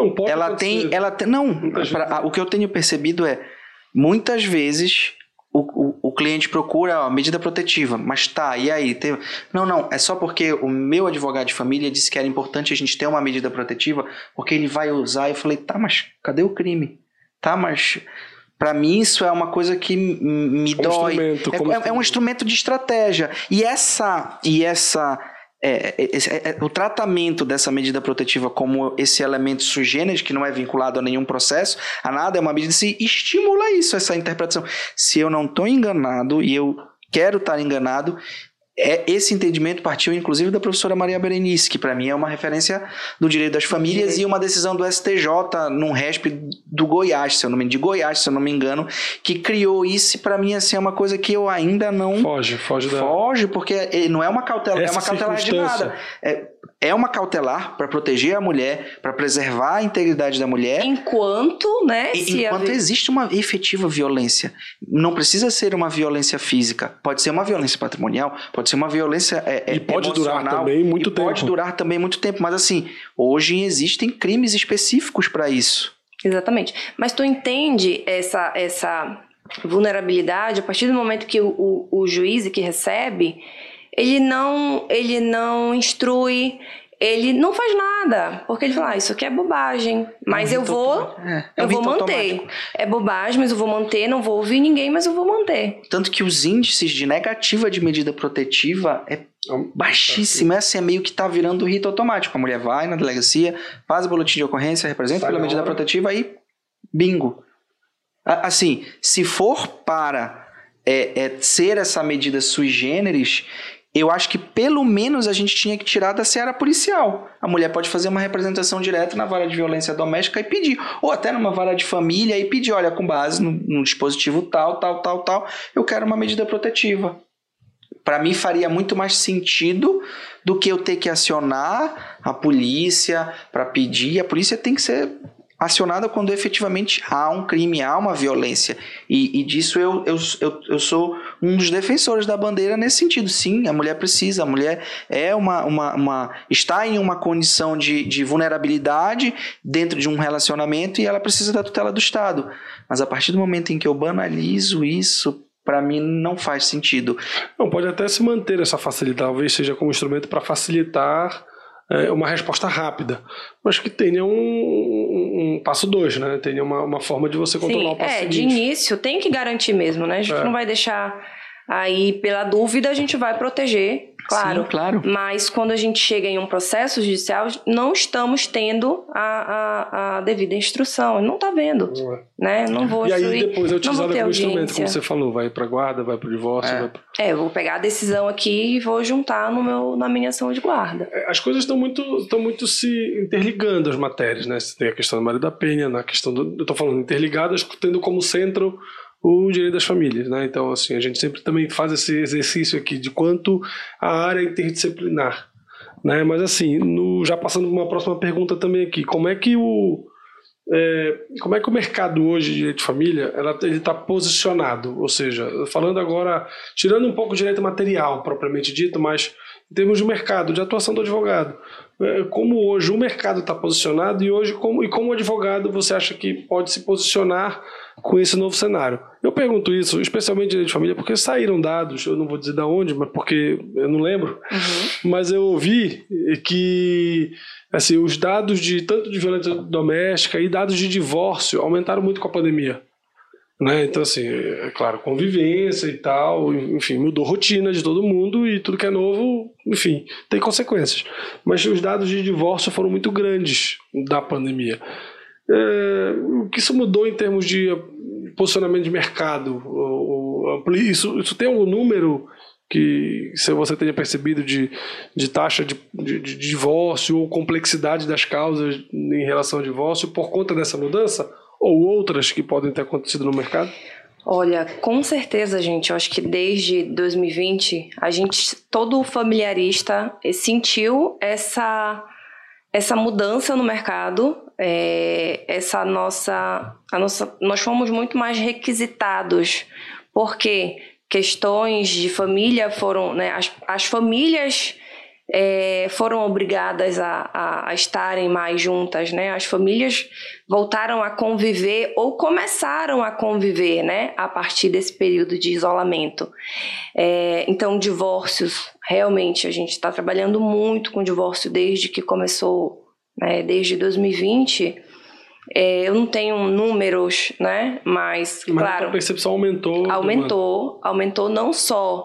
o que eu tenho percebido é muitas vezes o cliente procura a medida protetiva, mas e aí? Não, é só porque o meu advogado de família disse que era importante a gente ter uma medida protetiva porque ele vai usar. Eu falei, mas cadê o crime? tá? Mas para mim isso é uma coisa que me dói. É um instrumento de estratégia. E o tratamento dessa medida protetiva como esse elemento sui generis, que não é vinculado a nenhum processo, a nada, é uma medida que estimula isso, essa interpretação. Se eu não estou enganado, e eu quero estar enganado, esse entendimento partiu inclusive da professora Maria Berenice, que para mim é uma referência do direito das famílias, e uma decisão do STJ num RESP do Goiás, se eu não me engano, que criou isso. E para mim assim, é uma coisa que eu ainda não... Foge, porque não é uma cautelar, é uma cautelar de nada. É uma cautelar para proteger a mulher, para preservar a integridade da mulher. Enquanto existe uma efetiva violência. Não precisa ser uma violência física. Pode ser uma violência patrimonial, pode ser uma violência e pode durar também muito tempo. Pode durar também muito tempo. Mas assim, hoje existem crimes específicos para isso. Exatamente. Mas tu entende essa vulnerabilidade a partir do momento que o juiz que recebe... Ele não instrui, ele não faz nada, porque ele fala, isso aqui é bobagem, mas eu vou manter. Automático. É bobagem, mas eu vou manter, não vou ouvir ninguém, mas eu vou manter. Tanto que os índices de negativa de medida protetiva é baixíssimo, é meio que tá virando rito automático. A mulher vai na delegacia, faz o boletim de ocorrência, representa pela medida protetiva e bingo. Assim, se for para ser essa medida sui generis, eu acho que pelo menos a gente tinha que tirar da seara policial. A mulher pode fazer uma representação direta na vara de violência doméstica e pedir, ou até numa vara de família e pedir, olha, com base no dispositivo tal, eu quero uma medida protetiva. Para mim faria muito mais sentido do que eu ter que acionar a polícia para pedir. A polícia tem que ser acionada quando efetivamente há um crime, há uma violência. E disso eu sou um dos defensores da bandeira nesse sentido. Sim, a mulher precisa, a mulher está em uma condição de vulnerabilidade dentro de um relacionamento e ela precisa da tutela do Estado. Mas a partir do momento em que eu banalizo isso, para mim não faz sentido. Não, pode até se manter essa facilidade, talvez seja como instrumento para facilitar uma resposta rápida, mas que tenha um passo 2, né? Tenha uma forma de você controlar o passo seguinte. De início tem que garantir mesmo, né? A gente não vai deixar aí pela dúvida, a gente vai proteger, claro. Sim, claro. Mas quando a gente chega em um processo judicial, não estamos tendo a devida instrução. Não está vendo, né? Não vou instruir. E aí depois é utilizado como instrumento, como você falou, vai para guarda, vai para o divórcio. Eu vou pegar a decisão aqui e vou juntar na minha ação de guarda. As coisas estão muito se interligando, as matérias, né? Você tem a questão da Maria da Penha, na questão eu estou falando interligadas, tendo como centro o direito das famílias, né? Então, assim, a gente sempre também faz esse exercício aqui de quanto a área é interdisciplinar, né? Mas, assim, já passando para uma próxima pergunta também aqui, como é que o mercado hoje de direito de família ele está posicionado? Ou seja, falando agora, tirando um pouco o direito material propriamente dito, mas em termos de mercado, de atuação do advogado, como hoje o mercado está posicionado e hoje como advogado você acha que pode se posicionar com esse novo cenário? Eu pergunto isso, especialmente em direito de família, porque saíram dados, eu não vou dizer de onde, mas porque eu não lembro, mas eu ouvi que assim, os dados tanto de violência doméstica e dados de divórcio aumentaram muito com a pandemia. Né? Então, assim, é claro, convivência e tal, enfim, mudou a rotina de todo mundo e tudo que é novo, enfim, tem consequências. Mas os dados de divórcio foram muito grandes da pandemia. O que isso mudou em termos de posicionamento de mercado? Isso tem algum número que se você tenha percebido de taxa de divórcio ou complexidade das causas em relação ao divórcio por conta dessa mudança? Ou outras que podem ter acontecido no mercado? Olha, com certeza, gente. Eu acho que desde 2020, todo familiarista sentiu essa mudança no mercado. Nós fomos muito mais requisitados, porque questões de família foram, né, as famílias foram obrigadas a estarem mais juntas, né? As famílias voltaram a conviver ou começaram a conviver, né? A partir desse período de isolamento. Então, divórcios, realmente, a gente está trabalhando muito com divórcio desde que começou, né? Desde 2020. Eu não tenho números, né? Mas claro, a percepção aumentou. Aumentou não só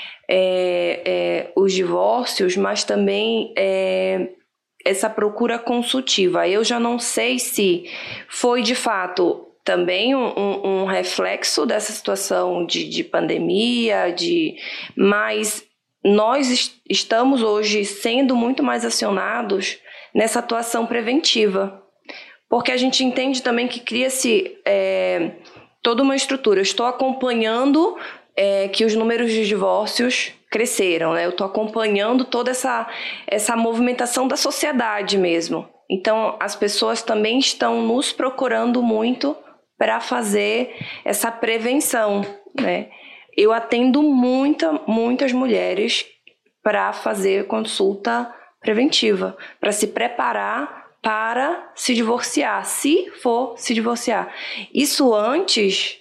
os divórcios, mas também essa procura consultiva. Eu já não sei se foi de fato também um reflexo dessa situação de pandemia, mas nós estamos hoje sendo muito mais acionados nessa atuação preventiva. Porque a gente entende também que cria-se toda uma estrutura. Eu estou acompanhando que os números de divórcios cresceram, né? Eu estou acompanhando toda essa movimentação da sociedade mesmo. Então, as pessoas também estão nos procurando muito para fazer essa prevenção, né? Eu atendo muitas mulheres para fazer consulta preventiva, para se preparar para se divorciar, se for se divorciar. Isso antes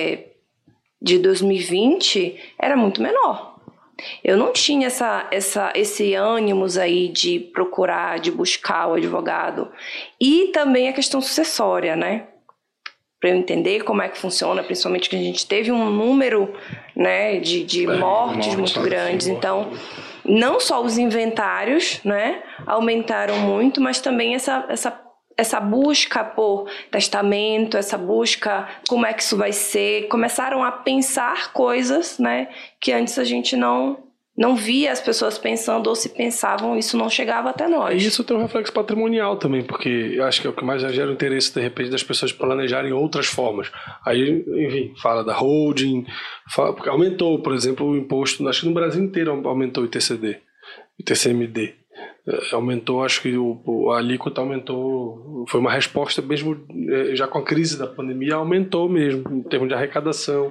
de 2020 era muito menor. Eu não tinha esse ânimos aí de procurar, de buscar o advogado. E também a questão sucessória, né? Para eu entender como é que funciona, principalmente que a gente teve um número, né, de mortes muito grandes. Então, não só os inventários, né, aumentaram muito, mas também essa busca por testamento, essa busca como é que isso vai ser. Começaram a pensar coisas, né, que antes a gente não via as pessoas pensando, ou se pensavam, isso não chegava até nós. E isso tem um reflexo patrimonial também, porque eu acho que é o que mais gera o interesse, de repente, das pessoas planejarem outras formas. Aí, enfim, fala da holding, porque aumentou, por exemplo, o imposto, acho que no Brasil inteiro aumentou o ITCD, o ITCMD. Aumentou, acho que a alíquota aumentou, foi uma resposta mesmo, já com a crise da pandemia, aumentou mesmo, em termos de arrecadação.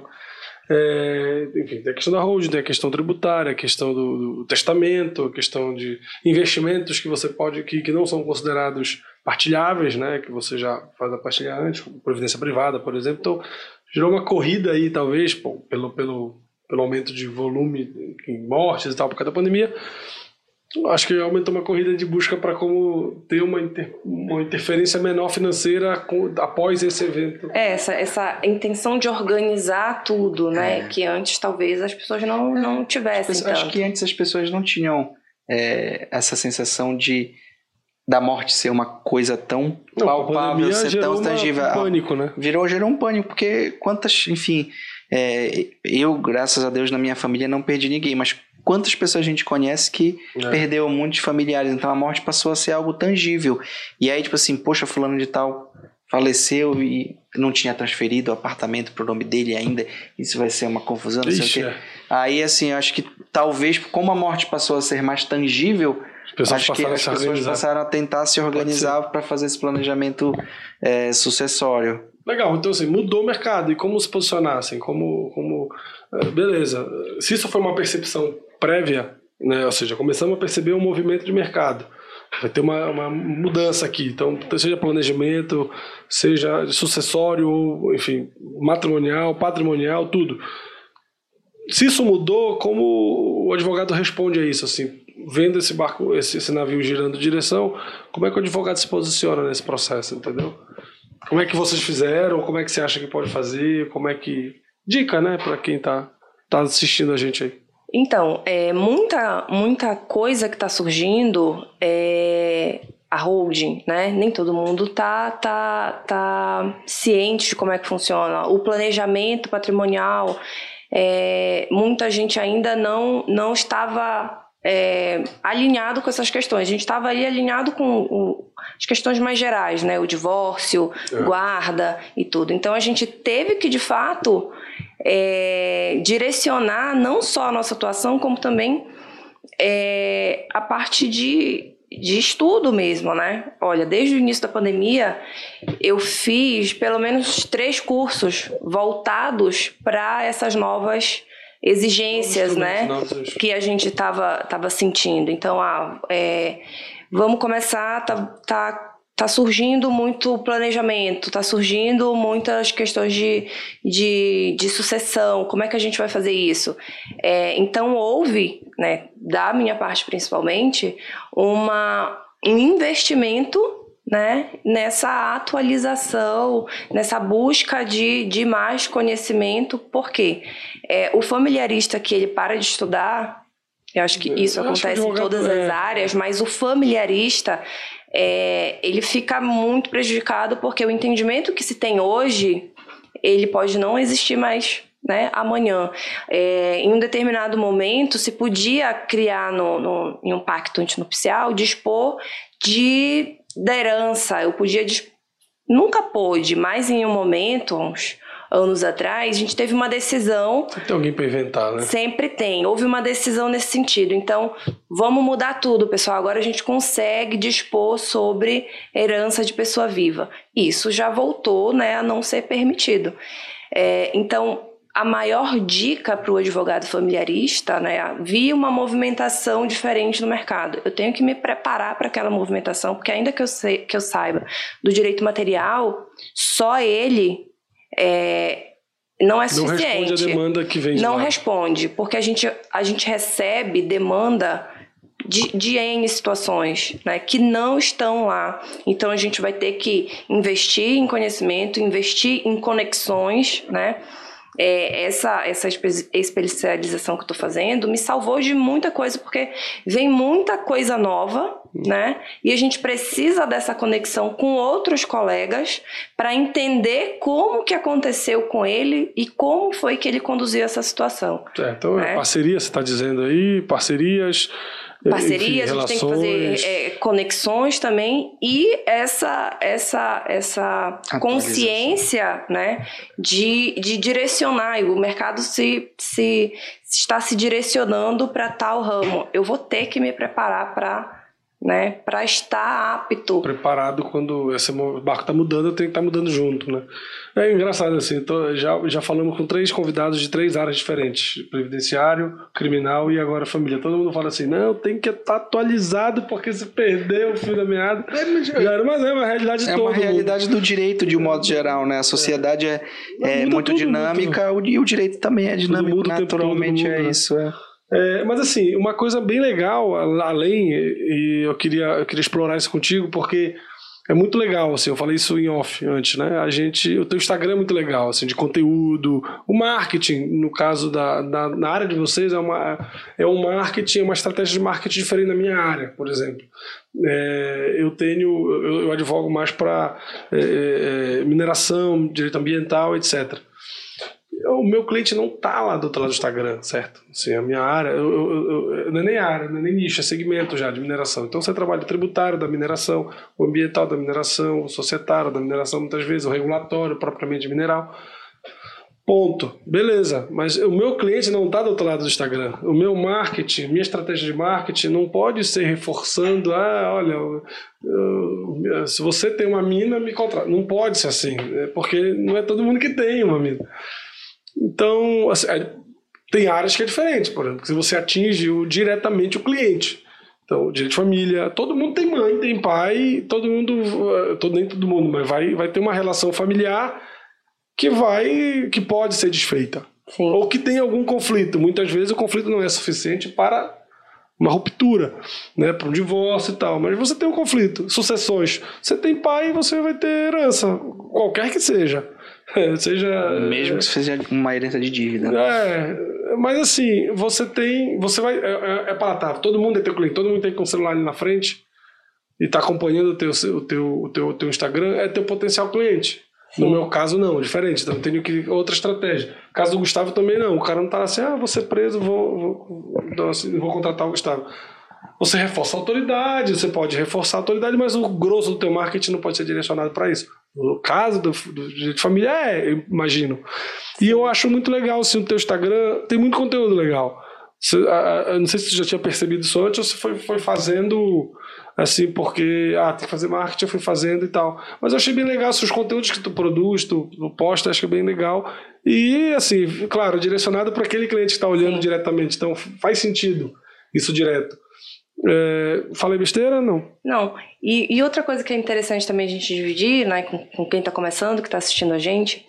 Enfim, tem a questão da holding, tem a questão tributária, a questão do testamento, a questão de investimentos que você pode, que não são considerados partilháveis, né, que você já faz a partilha antes, como previdência privada, por exemplo. Então, gerou uma corrida aí, talvez, pelo aumento de volume em mortes e tal, por causa da pandemia. Acho que aumentou uma corrida de busca para como ter uma interferência menor financeira após esse evento. Essa intenção de organizar tudo, né? Que antes talvez as pessoas não tivessem. Acho que antes as pessoas não tinham essa sensação da morte ser uma coisa tão palpável, ser tão tangível. Um pânico, né? Gerou um pânico, porque enfim, eu, graças a Deus, na minha família não perdi ninguém, mas quantas pessoas a gente conhece que perdeu muitos familiares, então a morte passou a ser algo tangível. E aí, tipo assim, poxa, fulano de tal faleceu e não tinha transferido o apartamento pro nome dele ainda, isso vai ser uma confusão, não sei o quê. Aí, assim, eu acho que talvez, como a morte passou a ser mais tangível, acho que as pessoas passaram a tentar se organizar para fazer esse planejamento sucessório. Legal, então assim, mudou o mercado. E como se posicionar, assim, beleza, se isso foi uma percepção prévia, né, ou seja, começamos a perceber um movimento de mercado, vai ter uma mudança aqui, então seja planejamento, seja sucessório, ou, enfim, matrimonial, patrimonial, tudo. Se isso mudou, como o advogado responde a isso, assim, vendo esse barco, esse navio girando de direção, como é que o advogado se posiciona nesse processo, entendeu? Como é que vocês fizeram? Como é que você acha que pode fazer? Como é que... Dica, né? Para quem tá assistindo a gente aí. Então, muita coisa que está surgindo a holding, né? Nem todo mundo tá ciente de como é que funciona. O planejamento patrimonial, muita gente ainda não estava alinhado com essas questões. A gente estava ali alinhado com as questões mais gerais, né? O divórcio, guarda e tudo. Então, a gente teve que, de fato, direcionar não só a nossa atuação, como também a parte de estudo mesmo, né? Olha, desde o início da pandemia, eu fiz pelo menos 3 cursos voltados para essas novas exigências, né, que a gente estava sentindo. Então, vamos começar, tá surgindo muito planejamento, tá surgindo muitas questões de sucessão, como é que a gente vai fazer isso? Então, houve, né, da minha parte principalmente, um investimento né, nessa atualização, nessa busca de mais conhecimento. Por quê? O familiarista que ele para de estudar, eu acho que isso acontece em todas as áreas, mas o familiarista, ele fica muito prejudicado porque o entendimento que se tem hoje, ele pode não existir mais, né, amanhã. Em um determinado momento, se podia criar em um pacto antinupcial, dispor da herança. Nunca pôde, mas em um momento, uns anos atrás, a gente teve uma decisão. Tem alguém para inventar, né? Sempre tem. Houve uma decisão nesse sentido. Então, vamos mudar tudo, pessoal. Agora a gente consegue dispor sobre herança de pessoa viva. Isso já voltou, né, a não ser permitido. Então, a maior dica para o advogado familiarista, né, vi uma movimentação diferente no mercado. Eu tenho que me preparar para aquela movimentação, porque ainda que eu saiba do direito material, só ele não é suficiente. Não responde a demanda que vem de lá. Não responde, porque a gente recebe demanda de N situações, né, que não estão lá. Então, a gente vai ter que investir em conhecimento, investir em conexões, né? Essa especialização que eu estou fazendo me salvou de muita coisa, porque vem muita coisa nova, né? E a gente precisa dessa conexão com outros colegas para entender como que aconteceu com ele e como foi que ele conduziu essa situação. Então, parceria, você está dizendo aí, parcerias, a gente tem que fazer conexões também e essa consciência, né, de direcionar. O mercado está se direcionando para tal ramo. Eu vou ter que me preparar para estar apto. Preparado quando esse barco está mudando, eu tenho que estar mudando junto, né? É engraçado assim, já falamos com 3 convidados de 3 áreas diferentes, previdenciário, criminal e agora família. Todo mundo fala assim, não, tem que estar atualizado porque se perdeu o fio da meada. Mas é uma realidade de todo mundo. É uma realidade do direito de um modo geral, né? A sociedade é muito dinâmica e o direito também é dinâmico, naturalmente é isso, mas assim, uma coisa bem legal, além, e eu queria explorar isso contigo, porque é muito legal, assim, eu falei isso em off antes, né? O teu Instagram é muito legal, assim, de conteúdo, o marketing, no caso na área de vocês, um marketing, uma estratégia de marketing diferente da minha área, por exemplo. Eu advogo mais para mineração, direito ambiental, etc. O meu cliente não está lá do outro lado do Instagram, certo? Assim, a minha área, não é nem área, não é nem nicho, é segmento já de mineração. Então você trabalha o tributário da mineração, o ambiental da mineração, o societário da mineração, muitas vezes, o regulatório propriamente mineral. Ponto. Beleza. Mas o meu cliente não está do outro lado do Instagram. O meu marketing, minha estratégia de marketing não pode ser reforçando, olha, se você tem uma mina, me contrata. Não pode ser assim, porque não é todo mundo que tem uma mina. Então, assim, tem áreas que é diferente, por exemplo, se você atinge diretamente o cliente. Então, direito de família, todo mundo tem mãe, tem pai, nem todo mundo, mas vai ter uma relação familiar que pode ser desfeita. Sim. Ou que tem algum conflito. Muitas vezes o conflito não é suficiente para uma ruptura, né, para um divórcio e tal, mas você tem um conflito, sucessões. Você tem pai, você vai ter herança, qualquer que seja. Mesmo que seja uma herança de dívida. Mas assim, todo mundo é teu cliente, todo mundo tem com o celular ali na frente e está acompanhando o teu Instagram, é teu potencial cliente. Sim. No meu caso não, diferente, então eu tenho outra estratégia. No caso do Gustavo também não, o cara não está assim, vou ser preso, vou contratar o Gustavo. Você reforça a autoridade, você pode reforçar a autoridade, mas o grosso do teu marketing não pode ser direcionado para isso. No caso do direito de família, eu imagino. E eu acho muito legal, assim, o teu Instagram tem muito conteúdo legal. Eu não sei se você já tinha percebido isso antes ou se foi fazendo assim, porque tem que fazer marketing, eu fui fazendo e tal. Mas eu achei bem legal, os conteúdos que tu produz, tu posta, acho que é bem legal. E, assim, claro, direcionado para aquele cliente que está olhando Sim. diretamente. Então, faz sentido isso direto. Falei besteira? Não. Não. E outra coisa que é interessante também a gente dividir, né, com quem está começando, que está assistindo a gente,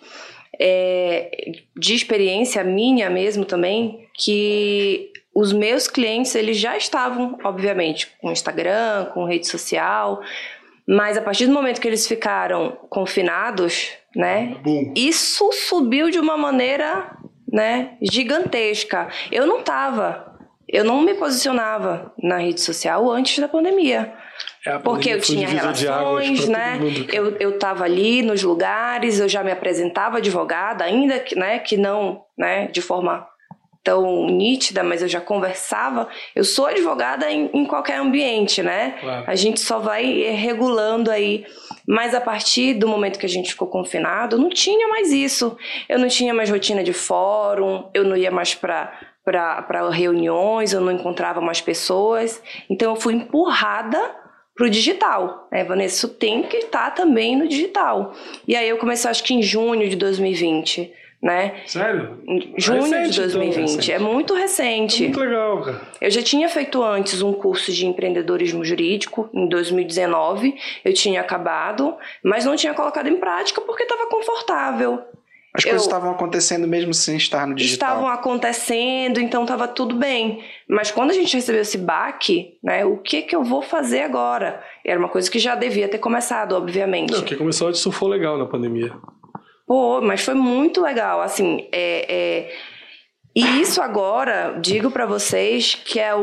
de experiência minha mesmo também, que os meus clientes, eles já estavam, obviamente, com Instagram, com rede social, Mas a partir do momento que eles ficaram confinados, né? Isso subiu de uma maneira, né, gigantesca. Eu não me posicionava na rede social antes da pandemia. Porque eu tinha relações, né? Eu estava ali nos lugares, eu já me apresentava advogada, ainda que, né, que não, né, de forma tão nítida, mas eu já conversava. Eu sou advogada em qualquer ambiente, né? Claro. A gente só vai regulando aí. Mas a partir do momento que a gente ficou confinado, não tinha mais isso. Eu não tinha mais rotina de fórum, eu não ia mais para reuniões, eu não encontrava mais pessoas. Então eu fui empurrada para o digital, né, Vanessa? Isso tem que estar também no digital. E aí eu comecei, acho que em junho de 2020, né? Sério? Junho Recente, de 2020. então, é muito recente. É muito legal, cara. Eu já tinha feito antes um curso de empreendedorismo jurídico, em 2019. Eu tinha acabado, mas não tinha colocado em prática porque estava confortável. As coisas estavam acontecendo mesmo sem estar no digital. Estavam acontecendo, então estava tudo bem. Mas quando a gente recebeu esse baque, né, o que eu vou fazer agora? Era uma coisa que já devia ter começado, obviamente. Não, que começou a surfou legal na pandemia. Pô, mas foi muito legal, assim, E isso agora, digo para vocês, que é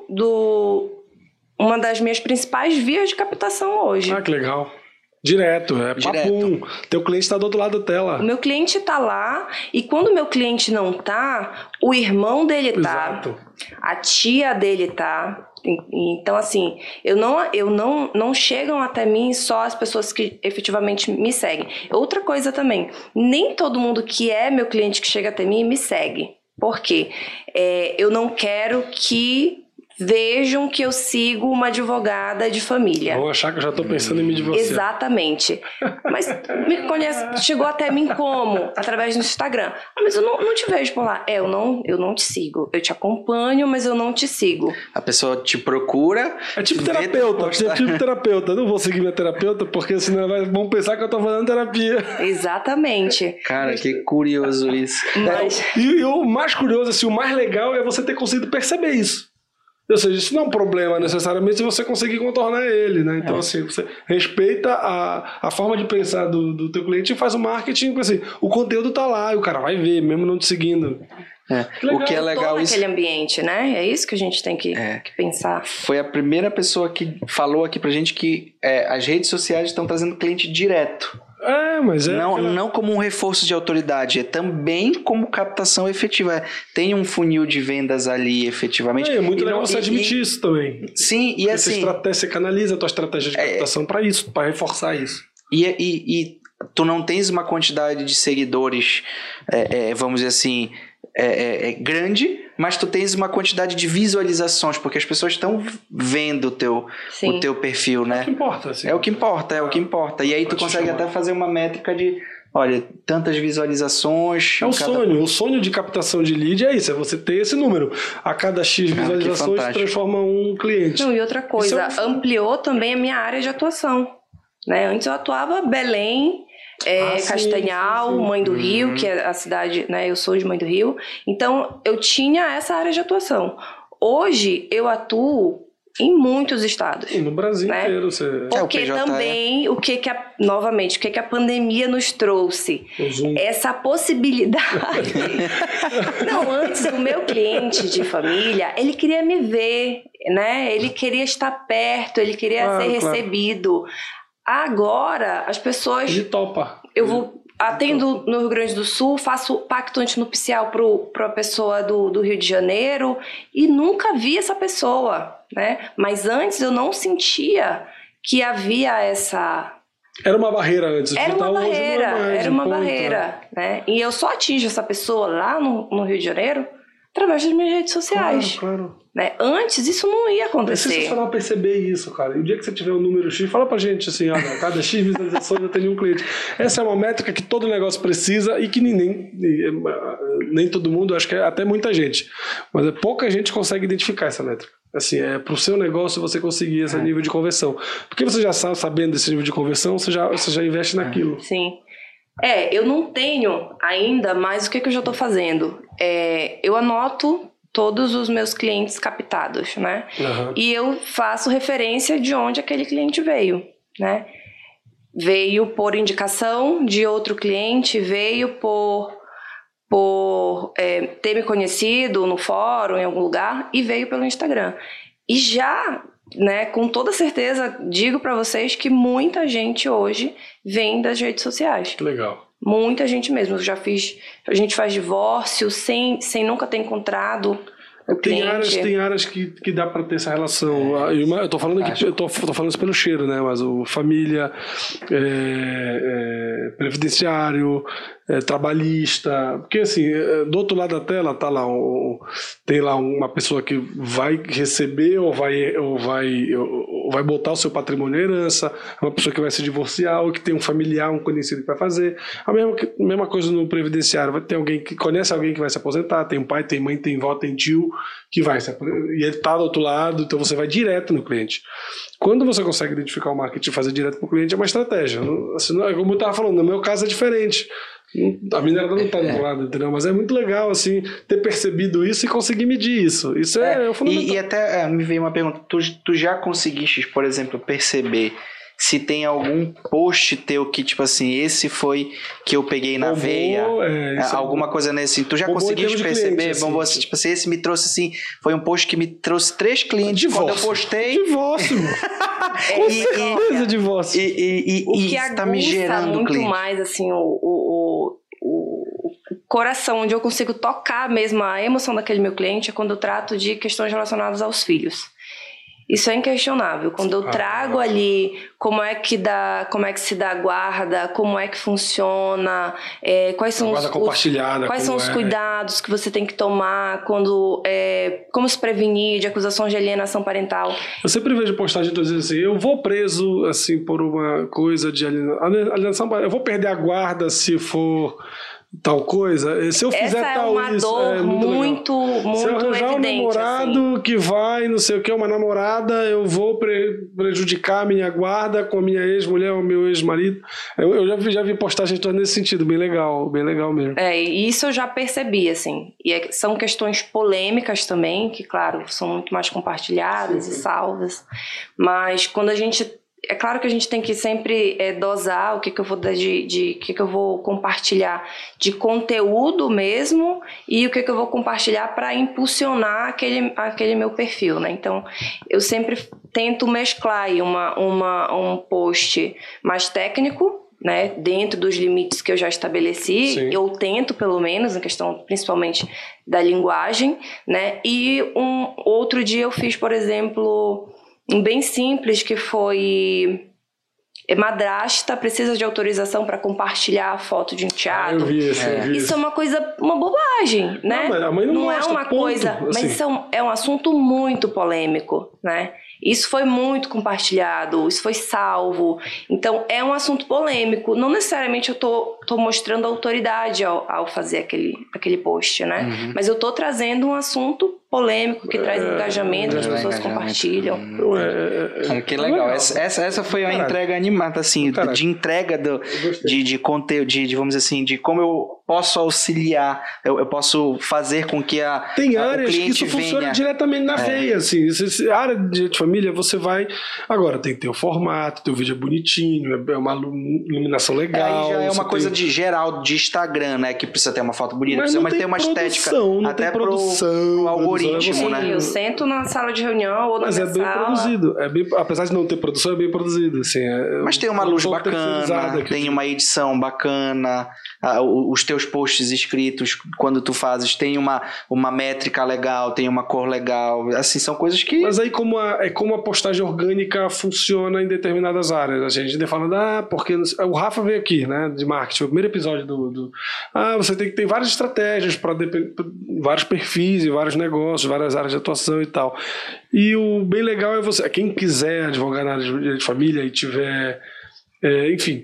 uma das minhas principais vias de captação hoje. Ah, que legal. Direto. Papum. Teu cliente está do outro lado da tela. O meu cliente está lá, e quando o meu cliente não tá, o irmão dele tá. Exato. A tia dele tá. Então, assim, não chegam até mim só as pessoas que efetivamente me seguem. Outra coisa também, nem todo mundo que é meu cliente que chega até mim me segue. Por quê? Eu não quero que vejam que eu sigo uma advogada de família. Vão achar que eu já estou pensando em me divorciar. Exatamente. Mas me conhece, chegou até mim como? Através do Instagram. Ah, mas eu não te vejo por lá. Eu não te sigo. Eu te acompanho, mas eu não te sigo. A pessoa te procura... É tipo terapeuta. Não vou seguir minha terapeuta, porque senão vão pensar que eu estou fazendo terapia. Exatamente. Cara, que curioso isso. Mas... E o mais curioso, assim, o mais legal é você ter conseguido perceber isso. Ou seja, isso não é um problema necessariamente se você conseguir contornar ele, né? Então, assim, você respeita a forma de pensar do teu cliente e faz o marketing, assim, o conteúdo tá lá e o cara vai ver, mesmo não te seguindo. O que é legal isso... naquele ambiente, né? É isso que a gente tem que pensar. Foi a primeira pessoa que falou aqui pra gente que as redes sociais estão trazendo cliente direto. Mas não como um reforço de autoridade, é também como captação efetiva. Tem um funil de vendas ali, efetivamente. É muito legal você admitir isso também. Sim, e assim... Você canaliza a tua estratégia de captação para isso, para reforçar isso. E tu não tens uma quantidade de seguidores, vamos dizer assim, grande, mas tu tens uma quantidade de visualizações, porque as pessoas estão vendo o teu perfil, né? É o que importa, assim. É o que importa. E aí tu consegue até fazer uma métrica de, olha, tantas visualizações... O sonho de captação de lead é isso, é você ter esse número. A cada X visualizações transforma um cliente. Não, e outra coisa, ampliou também a minha área de atuação. Né? Antes eu atuava Belém... Castanhal, sim. Mãe do Rio, que é a cidade, né? Eu sou de Mãe do Rio. Então, eu tinha essa área de atuação. Hoje, eu atuo em muitos estados. E no Brasil inteiro. Porque também, novamente, o que a pandemia nos trouxe? Essa possibilidade. Não, antes, o meu cliente de família, ele queria me ver, né? Ele queria estar perto, ele queria ser recebido. Agora, as pessoas... Ele topa. Atendo no Rio Grande do Sul, faço pacto antinupcial para a pessoa do Rio de Janeiro e nunca vi essa pessoa, né? Mas antes eu não sentia que havia essa... Era uma barreira antes. Era uma barreira, né? E eu só atinjo essa pessoa lá no Rio de Janeiro através das minhas redes sociais. Claro. Né? Antes isso não ia acontecer. É sensacional perceber isso, cara. E o dia que você tiver um número X, fala pra gente assim, cada X visualizações eu tenho um cliente. Essa é uma métrica que todo negócio precisa e que nem todo mundo, acho que é até muita gente. Mas pouca gente consegue identificar essa métrica. Assim, pro seu negócio você conseguir esse nível de conversão. Porque você já sabe, sabendo desse nível de conversão, você já investe naquilo. Sim. Eu não tenho ainda, mas o que eu já estou fazendo? Eu anoto todos os meus clientes captados, né? Uhum. E eu faço referência de onde aquele cliente veio. né? Veio por indicação de outro cliente, veio por ter me conhecido no fórum, em algum lugar, e veio pelo Instagram. E já, né, com toda certeza, digo para vocês que muita gente hoje vem das redes sociais. Que legal. Muita gente mesmo. A gente faz divórcio sem nunca ter encontrado o cliente. Tem áreas que dá para ter essa relação. Eu tô falando aqui, eu tô falando isso pelo cheiro, né? Mas família, previdenciário, trabalhista. Porque assim, do outro lado da tela tá lá tem lá uma pessoa que vai receber ou vai botar o seu patrimônio em herança, uma pessoa que vai se divorciar ou que tem um familiar, um conhecido que vai fazer. A mesma coisa no previdenciário. Vai ter alguém que conhece alguém que vai se aposentar, tem um pai, tem mãe, tem avó, tem tio que vai se aposentar. E ele está do outro lado, então você vai direto no cliente. Quando você consegue identificar o marketing e fazer direto para o cliente, é uma estratégia. Assim, como eu estava falando, no meu caso é diferente. A minerada não está do outro lado, entendeu? Mas é muito legal, assim, ter percebido isso e conseguir medir isso. Isso é fundamental. E até me veio uma pergunta. Tu já conseguiste, por exemplo, perceber se tem algum post teu que, tipo assim, esse foi que eu peguei na veia, alguma coisa nesse. Tu já conseguiste perceber? Cliente, Vamos assim, tipo assim, esse me trouxe assim, foi um post que me trouxe 3 clientes quando eu postei. Divórcio, mano. Com certeza, divórcio. E o que tá me gerando muito cliente. mais, assim, o coração, onde eu consigo tocar mesmo a emoção daquele meu cliente é quando eu trato de questões relacionadas aos filhos. Isso é inquestionável. Quando eu trago ali como é que se dá a guarda, como é que funciona, quais são os cuidados que você tem que tomar, como se prevenir de acusações de alienação parental. Eu sempre vejo postagem dizendo assim, eu vou preso assim, por uma coisa de alienação parental, eu vou perder a guarda se for tal coisa, se eu fizer tal isso... Essa é uma dor muito se eu arranjar um namorado assim, que vai, não sei o que, uma namorada, eu vou prejudicar a minha guarda com a minha ex-mulher ou meu ex-marido. Eu já vi postagens nesse sentido, bem legal mesmo. E isso eu já percebi, assim. E são questões polêmicas também, que, claro, são muito mais compartilhadas e salvas. Mas quando a gente... É claro que a gente tem que sempre dosar o que eu vou dar que eu vou compartilhar de conteúdo mesmo e o que eu vou compartilhar para impulsionar aquele meu perfil, né? Então, eu sempre tento mesclar aí um post mais técnico, né? Dentro dos limites que eu já estabeleci. Sim. Eu tento, pelo menos, na questão principalmente da linguagem, né? E outro dia eu fiz, por exemplo... bem simples, que foi madrasta precisa de autorização para compartilhar a foto de enteado. Eu vi isso. Isso é uma bobagem, né? Não, mas a mãe não é uma coisa, assim. Mas isso é um assunto muito polêmico, né? Isso foi muito compartilhado, isso foi salvo. Então, é um assunto polêmico. Não necessariamente eu tô mostrando autoridade ao fazer aquele post, né? Uhum. Mas eu tô trazendo um assunto polêmico que traz engajamento, as pessoas compartilham. Que legal. Essa foi uma entrega animada, assim, de entrega de conteúdo, vamos dizer assim, de como eu posso auxiliar, eu posso fazer com que tem áreas que isso funciona diretamente na veia, assim. A área de família, você vai... Agora, tem que ter o formato, teu vídeo é bonitinho, é uma iluminação legal. Aí já é uma coisa de geral, de Instagram, né? Que precisa ter uma foto bonita, mas ter uma estética. Até pro algoritmo, né? Eu sento na sala de reunião ou na minha sala. Mas é bem produzido. Apesar de não ter produção, é bem produzido. Assim, mas tem uma luz bacana, tem uma edição bacana, os teus posts escritos, quando tu fazes, tem uma métrica legal, tem uma cor legal. Assim, são coisas que... Mas aí como a postagem orgânica funciona em determinadas áreas. A gente ainda falando, porque... O Rafa veio aqui, né, de marketing, o primeiro episódio você tem várias estratégias para vários perfis e vários negócios, várias áreas de atuação e tal. E o bem legal é você, quem quiser advogar na área de família e tiver, enfim,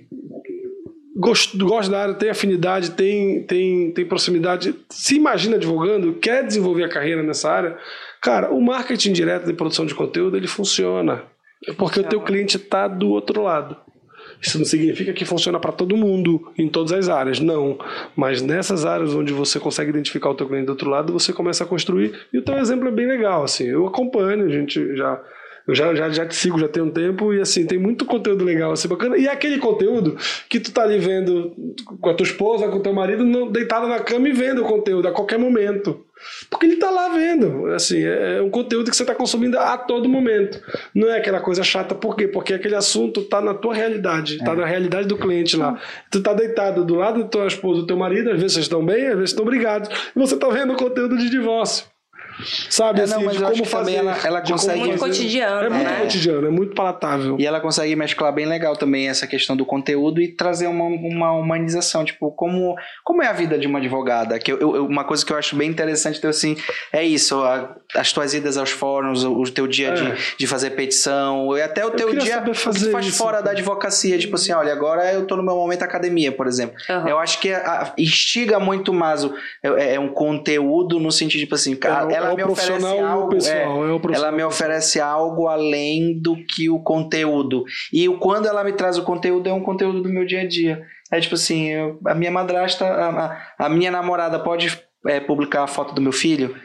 gosta da área, tem afinidade, tem proximidade, se imagina advogando, quer desenvolver a carreira nessa área, cara, o marketing direto de produção de conteúdo, ele funciona. Porque o teu cliente está do outro lado. Isso não significa que funciona para todo mundo, em todas as áreas, não. Mas nessas áreas onde você consegue identificar o teu cliente do outro lado, você começa a construir. E o teu exemplo é bem legal, assim. Eu acompanho, a gente Eu já te sigo, já tem um tempo, e assim, tem muito conteúdo legal, assim, bacana. E é aquele conteúdo que tu tá ali vendo com a tua esposa, com o teu marido, deitado na cama e vendo o conteúdo a qualquer momento. Porque ele tá lá vendo. Assim, é um conteúdo que você tá consumindo a todo momento. Não é aquela coisa chata. Por quê? Porque aquele assunto tá na tua realidade, tá na realidade do cliente lá. Tu tá deitado do lado da tua esposa, do teu marido, às vezes vocês estão bem, às vezes estão brigados. E você tá vendo o conteúdo de divórcio. Sabe, assim, mas de eu acho como que fazer. também ela consegue... muito cotidiano, É muito né? cotidiano, é muito palatável. E ela consegue mesclar bem legal também essa questão do conteúdo e trazer uma humanização, tipo, como é a vida de uma advogada? Que uma coisa que eu acho bem interessante, então, assim, é isso, as tuas idas aos fóruns, o teu dia de fazer petição, e até o teu dia que tu faz fora da advocacia, tipo assim, olha, agora eu tô no meu momento academia, por exemplo. Uhum. Eu acho que instiga muito mais um conteúdo no sentido, tipo assim, ela me oferece algo, ela me oferece algo além do que o conteúdo. E quando ela me traz o conteúdo, é um conteúdo do meu dia a dia. É tipo assim, a minha madrasta, a minha namorada pode publicar a foto do meu filho?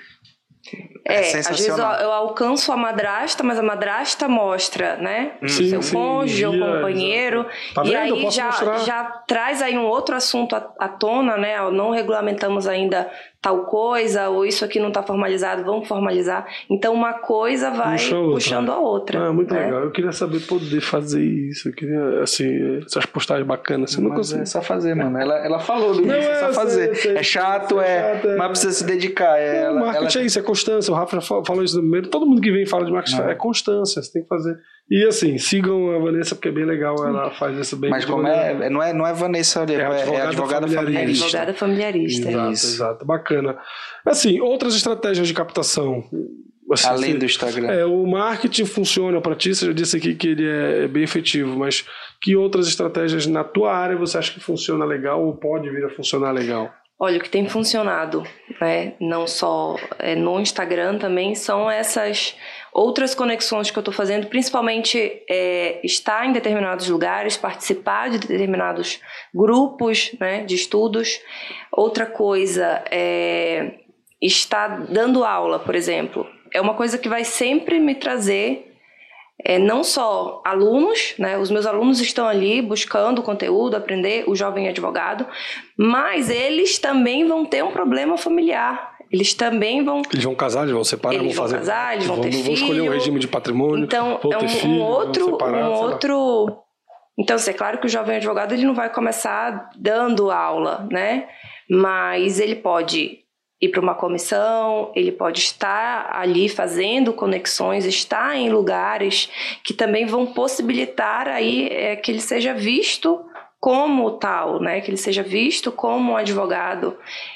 Às vezes eu alcanço a madrasta, mas a madrasta mostra, né? O seu cônjuge, o companheiro. Tá vendo? E aí já traz aí um outro assunto à tona, né? Não regulamentamos ainda tal coisa, ou isso aqui não está formalizado, vamos formalizar. Então uma coisa vai puxando a outra. Muito legal. Eu queria saber poder fazer isso. Eu queria, assim, essas postagens bacanas. Você não consegue. É só fazer, mano. Ela falou do início, é só fazer. Sei. É chato, mas precisa se dedicar. Marketing é isso, é constância. O Rafa falou isso no primeiro. Todo mundo que vem fala de marketing é constância, você tem que fazer. E assim, sigam a Vanessa, porque é bem legal, ela faz isso bem. Mas como não é Vanessa, é advogada familiarista. Advogada familiarista. Exato, bacana. Assim, outras estratégias de captação. Assim, além do Instagram. O marketing funciona para ti, você já disse aqui que ele é bem efetivo, mas que outras estratégias na tua área você acha que funciona legal ou pode vir a funcionar legal? Olha, o que tem funcionado, né, não só no Instagram também, são essas outras conexões que eu estou fazendo, principalmente estar em determinados lugares, participar de determinados grupos, né, de estudos. Outra coisa é estar dando aula, por exemplo. É uma coisa que vai sempre me trazer não só alunos, né? Os meus alunos estão ali buscando conteúdo, aprender, o jovem advogado, mas eles também vão ter um problema familiar. Eles também vão... Eles vão casar, eles vão separar, eles vão casar, eles vão ter filho. Vão escolher um regime de patrimônio, então, vão ter filho, um outro... Então, é claro que o jovem advogado ele não vai começar dando aula, né? Mas ele pode ir para uma comissão, ele pode estar ali fazendo conexões, estar em lugares que também vão possibilitar aí que ele seja visto como tal, né? Que ele seja visto como um advogado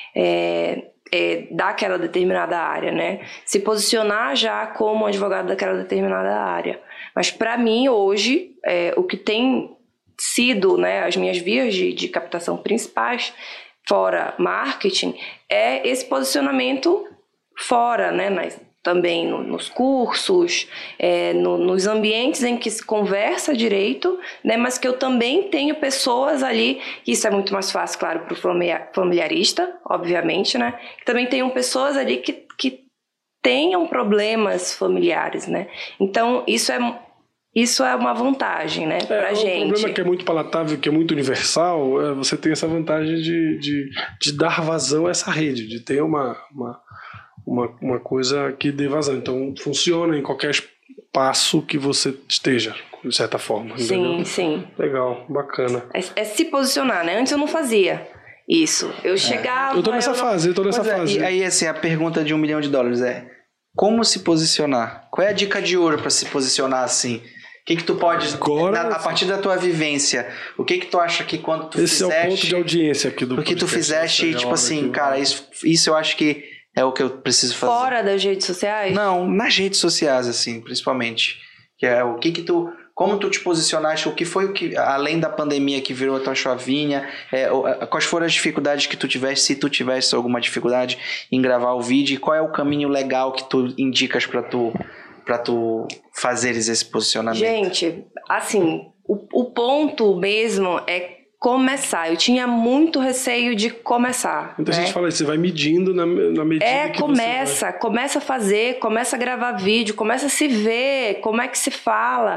daquela determinada área, né? Se posicionar já como um advogado daquela determinada área. Mas para mim hoje, o que tem sido, né, as minhas vias de captação principais, fora marketing, é esse posicionamento fora, né, também nos cursos, nos ambientes em que se conversa direito, né, mas que eu também tenho pessoas ali, isso é muito mais fácil, claro, para o familiarista, obviamente, né, que também tenham pessoas ali que tenham problemas familiares, né, então isso é uma vantagem, né, pra gente. O problema que é muito palatável, que é muito universal, você tem essa vantagem de dar vazão a essa rede, de ter uma coisa que dê vazão. Então, funciona em qualquer espaço que você esteja, de certa forma. Sim, entendeu? sim. Legal, bacana. É se posicionar, né? Antes eu não fazia isso. Eu chegava... Eu tô nessa fase. E aí, assim, a pergunta de $1 milhão é: como se posicionar? Qual é a dica de ouro para se posicionar assim? O que tu pode, a partir da tua vivência, o que tu acha que quando tu fizeste... Esse é o ponto de audiência aqui do podcast. O que tu fizeste, tipo assim, cara, isso eu acho que é o que eu preciso fazer. Fora das redes sociais? Não, nas redes sociais, assim, principalmente. Que é o que tu... Como tu te posicionaste, o que foi que, além da pandemia que virou a tua chavinha, quais foram as dificuldades que tu tiveste, se tu tivesse alguma dificuldade em gravar o vídeo, e qual é o caminho legal que tu indicas para tu fazeres esse posicionamento? Gente, assim, o ponto mesmo é começar. Eu tinha muito receio de começar. Muita gente fala isso, você vai medindo na medida que começa a fazer, começa a gravar vídeo, começa a se ver, como é que se fala.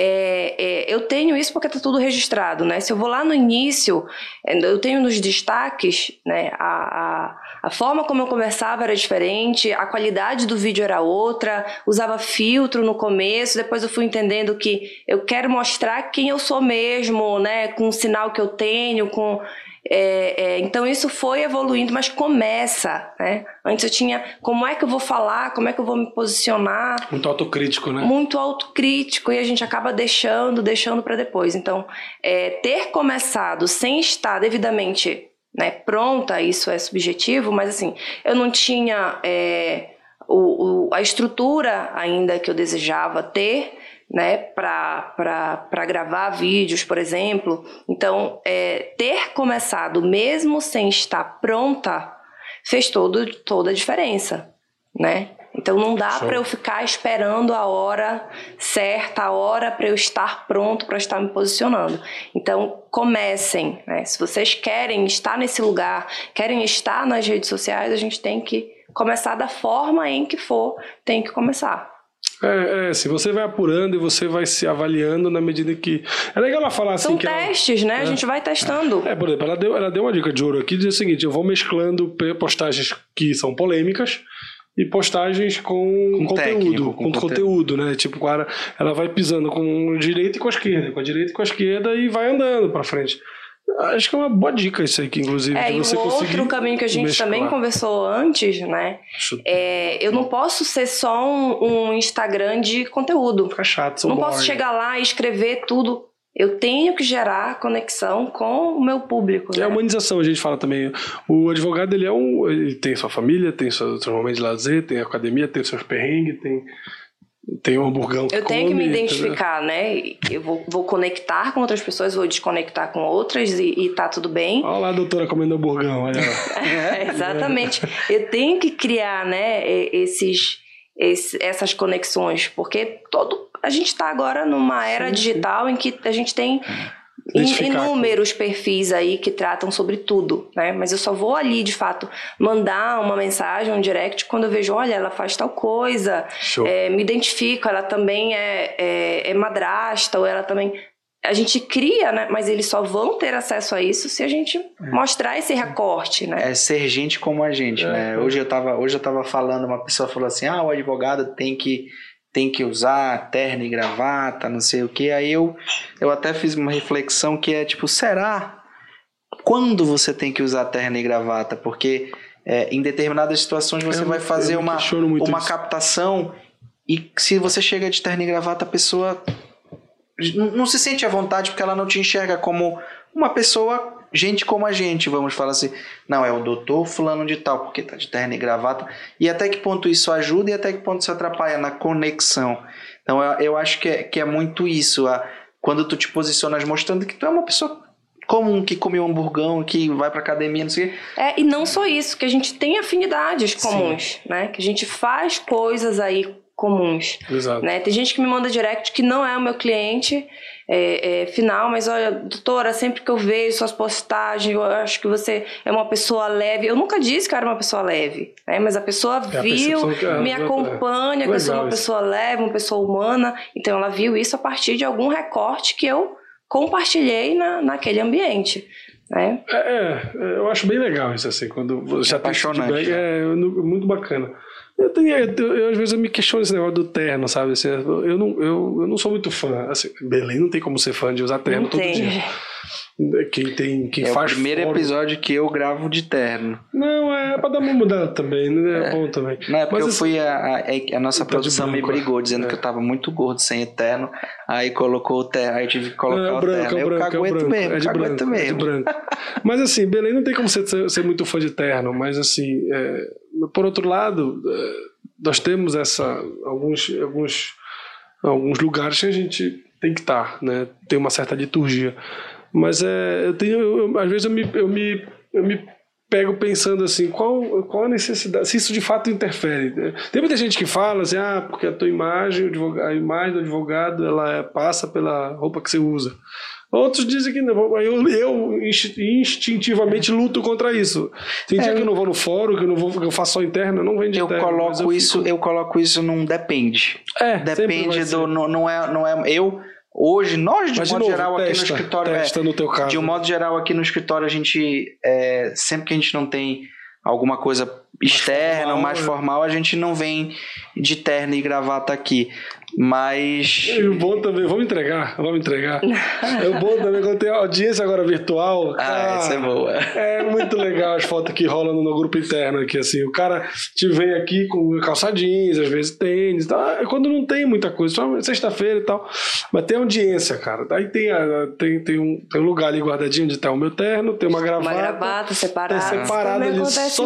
Eu tenho isso porque tá tudo registrado, né? Se eu vou lá no início, eu tenho nos destaques, né? A forma como eu conversava era diferente, a qualidade do vídeo era outra, usava filtro no começo, depois eu fui entendendo que eu quero mostrar quem eu sou mesmo, né? Com o sinal que eu tenho, então isso foi evoluindo, mas começa, né? Antes eu tinha, como é que eu vou falar, como é que eu vou me posicionar? Muito autocrítico, né? Muito autocrítico, e a gente acaba deixando para depois. Então, ter começado sem estar devidamente, né, pronta, isso é subjetivo, mas assim, eu não tinha a estrutura ainda que eu desejava ter, né, para gravar vídeos, por exemplo. Então, ter começado mesmo sem estar pronta fez toda a diferença, né? Então não dá para eu ficar esperando a hora certa, a hora para eu estar pronto, para estar me posicionando. Então comecem, né? Se vocês querem estar nesse lugar, querem estar nas redes sociais, a gente tem que começar da forma em que for, tem que começar. Se você vai apurando e você vai se avaliando na medida que... É legal ela falar assim... São que testes, né? A gente vai testando. Por exemplo, ela deu uma dica de ouro aqui, diz o seguinte: eu vou mesclando postagens que são polêmicas e postagens com conteúdo, né? Tipo, ela vai pisando com a direita e com a esquerda, com a direita e com a esquerda, e vai andando pra frente. Acho que é uma boa dica isso aí, que inclusive de você conseguir. Outro caminho que a gente também conversou antes, né? Eu não posso ser só um Instagram de conteúdo. Fica chato, não posso chegar lá e escrever tudo. Eu tenho que gerar conexão com o meu público. É a humanização, a gente fala também. O advogado, ele tem sua família, tem seus momentos de lazer, tem a academia, tem seus perrengues, tem um hamburgão que eu tenho que me identificar, né? Eu vou conectar com outras pessoas, vou desconectar com outras e tá tudo bem. Olha lá a doutora comendo hamburgão, olha lá. Exatamente. Eu tenho que criar, né, essas conexões, porque a gente está agora numa era digital em que a gente tem inúmeros perfis aí que tratam sobre tudo, né? Mas eu só vou ali, de fato, mandar uma mensagem, um direct, quando eu vejo, olha, ela faz tal coisa, me identifico, ela também é madrasta, ou ela também... A gente cria, né? Mas eles só vão ter acesso a isso se a gente mostrar esse recorte, né? É ser gente como a gente, né? Hoje eu tava falando, uma pessoa falou assim, o advogado tem que usar terno e gravata, não sei o que. Aí eu até fiz uma reflexão que é tipo, será? Quando você tem que usar terno e gravata? Porque em determinadas situações você vai fazer uma captação e se você chega de terno e gravata, a pessoa não se sente à vontade porque ela não te enxerga como uma pessoa... Gente como a gente, vamos falar assim, não, é o doutor fulano de tal, porque tá de terno e gravata, e até que ponto isso ajuda e até que ponto isso atrapalha na conexão. Então eu acho que é muito isso, quando tu te posicionas mostrando que tu é uma pessoa comum, que come um hamburgão, que vai pra academia, não sei o quê. E não só isso, que a gente tem afinidades comuns, né? Que a gente faz coisas aí comuns. Exato. Né? Tem gente que me manda direct que não é o meu cliente final, mas olha, doutora, sempre que eu vejo suas postagens, eu acho que você é uma pessoa leve. Eu nunca disse que eu era uma pessoa leve, né? Mas a pessoa viu, me acompanha, que eu sou uma pessoa leve, uma pessoa humana. Então ela viu isso a partir de algum recorte que eu compartilhei naquele ambiente. Né? Eu acho bem legal isso, assim, quando você apaixonante. Muito bacana. Eu às vezes eu me questiono esse negócio do terno, sabe? Assim, eu não sou muito fã. Assim, Belém não tem como ser fã de usar terno todo dia. Quem faz o primeiro episódio que eu gravo de terno. Não, é pra dar uma mudada também, né? É bom também. Não, é porque a nossa produção me brigou, dizendo que eu tava muito gordo sem o terno. Aí colocou o terno, aí eu tive que colocar o terno. Eu cagueto mesmo. Mas assim, Belém não tem como ser muito fã de terno, mas assim, por outro lado, nós temos alguns lugares que a gente tem que estar, né? Tem uma certa liturgia. Mas às vezes eu me pego pensando assim, qual a necessidade, se isso de fato interfere. Tem muita gente que fala assim, porque a tua imagem, a imagem do advogado, ela passa pela roupa que você usa. Outros dizem que não. Eu instintivamente luto contra isso. Tem dia que eu não vou no fórum, que eu faço só interno, eu não venho de interno. Eu coloco isso num depende. Depende do... Não é eu... Hoje, nós, de modo geral, aqui no escritório... no teu caso. De um modo geral, aqui no escritório, a gente... sempre que a gente não tem alguma coisa externa, mais formal, a gente não vem de terno e gravata aqui. Mas... E o bom também, vamos entregar. É o bom também quando tem audiência agora virtual. Essa é boa. É muito legal as fotos que rolam no grupo interno aqui, assim. O cara te vem aqui com calça jeans, às vezes tênis, tá? Quando não tem muita coisa, só sexta-feira e tal. Mas tem audiência, cara. Aí tem um lugar ali guardadinho onde tá o meu terno, tem uma gravata. Uma gravata separada. Separada ali,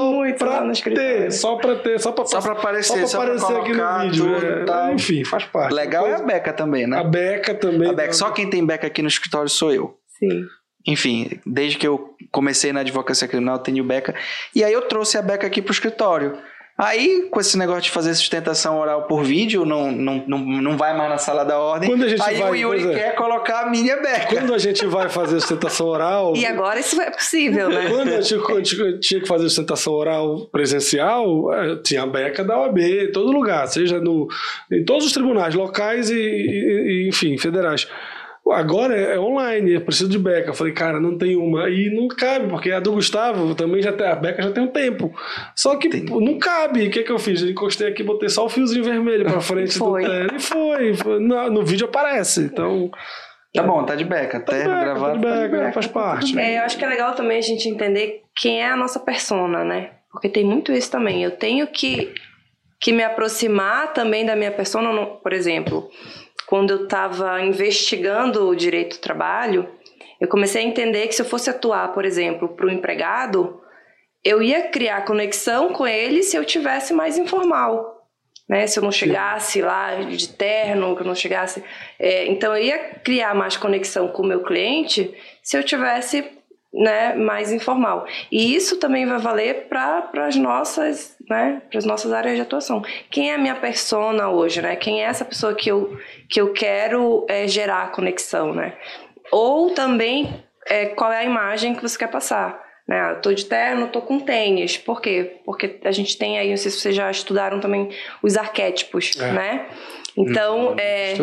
só pra aparecer aqui no vídeo. Enfim, faz parte. Legal é a beca também, né? A beca também. Só quem tem beca aqui no escritório sou eu. Sim. Enfim, desde que eu comecei na advocacia criminal, eu tenho beca. E aí eu trouxe a beca aqui pro escritório. Aí, com esse negócio de fazer sustentação oral por vídeo, não vai mais na sala da ordem. O Yuri quer colocar a minha beca. Quando a gente vai fazer sustentação oral... E agora isso é possível, né? Quando a gente tinha que fazer sustentação oral presencial, tinha a beca da OAB em todo lugar, seja em todos os tribunais locais e enfim, federais. Agora é online, eu preciso de beca. Eu falei, cara, não tem uma. E não cabe, porque a do Gustavo também a beca já tem um tempo. Só que não cabe. O que eu fiz? Eu encostei aqui, botei só o fiozinho vermelho pra frente do terno. E foi. No vídeo aparece. Então. Tá bom, tá de beca. Terno, gravado, tá de beca, faz parte. Eu acho que é legal também a gente entender quem é a nossa persona, né? Porque tem muito isso também. Eu tenho que me aproximar também da minha persona, por exemplo... Quando eu estava investigando o direito do trabalho, eu comecei a entender que se eu fosse atuar, por exemplo, para o empregado, eu ia criar conexão com ele se eu tivesse mais informal, né? Se eu não chegasse lá de terno, que eu não chegasse... então, eu ia criar mais conexão com o meu cliente se eu tivesse... né, mais informal. E isso também vai valer para as nossas, né, para as nossas áreas de atuação. Quem é a minha persona hoje, né? Quem é essa pessoa que eu quero gerar conexão, né? Ou também qual é a imagem que você quer passar, né? Eu tô de terno, tô com tênis. Por quê? Porque a gente tem aí, não sei se vocês já estudaram também os arquétipos, né? Então,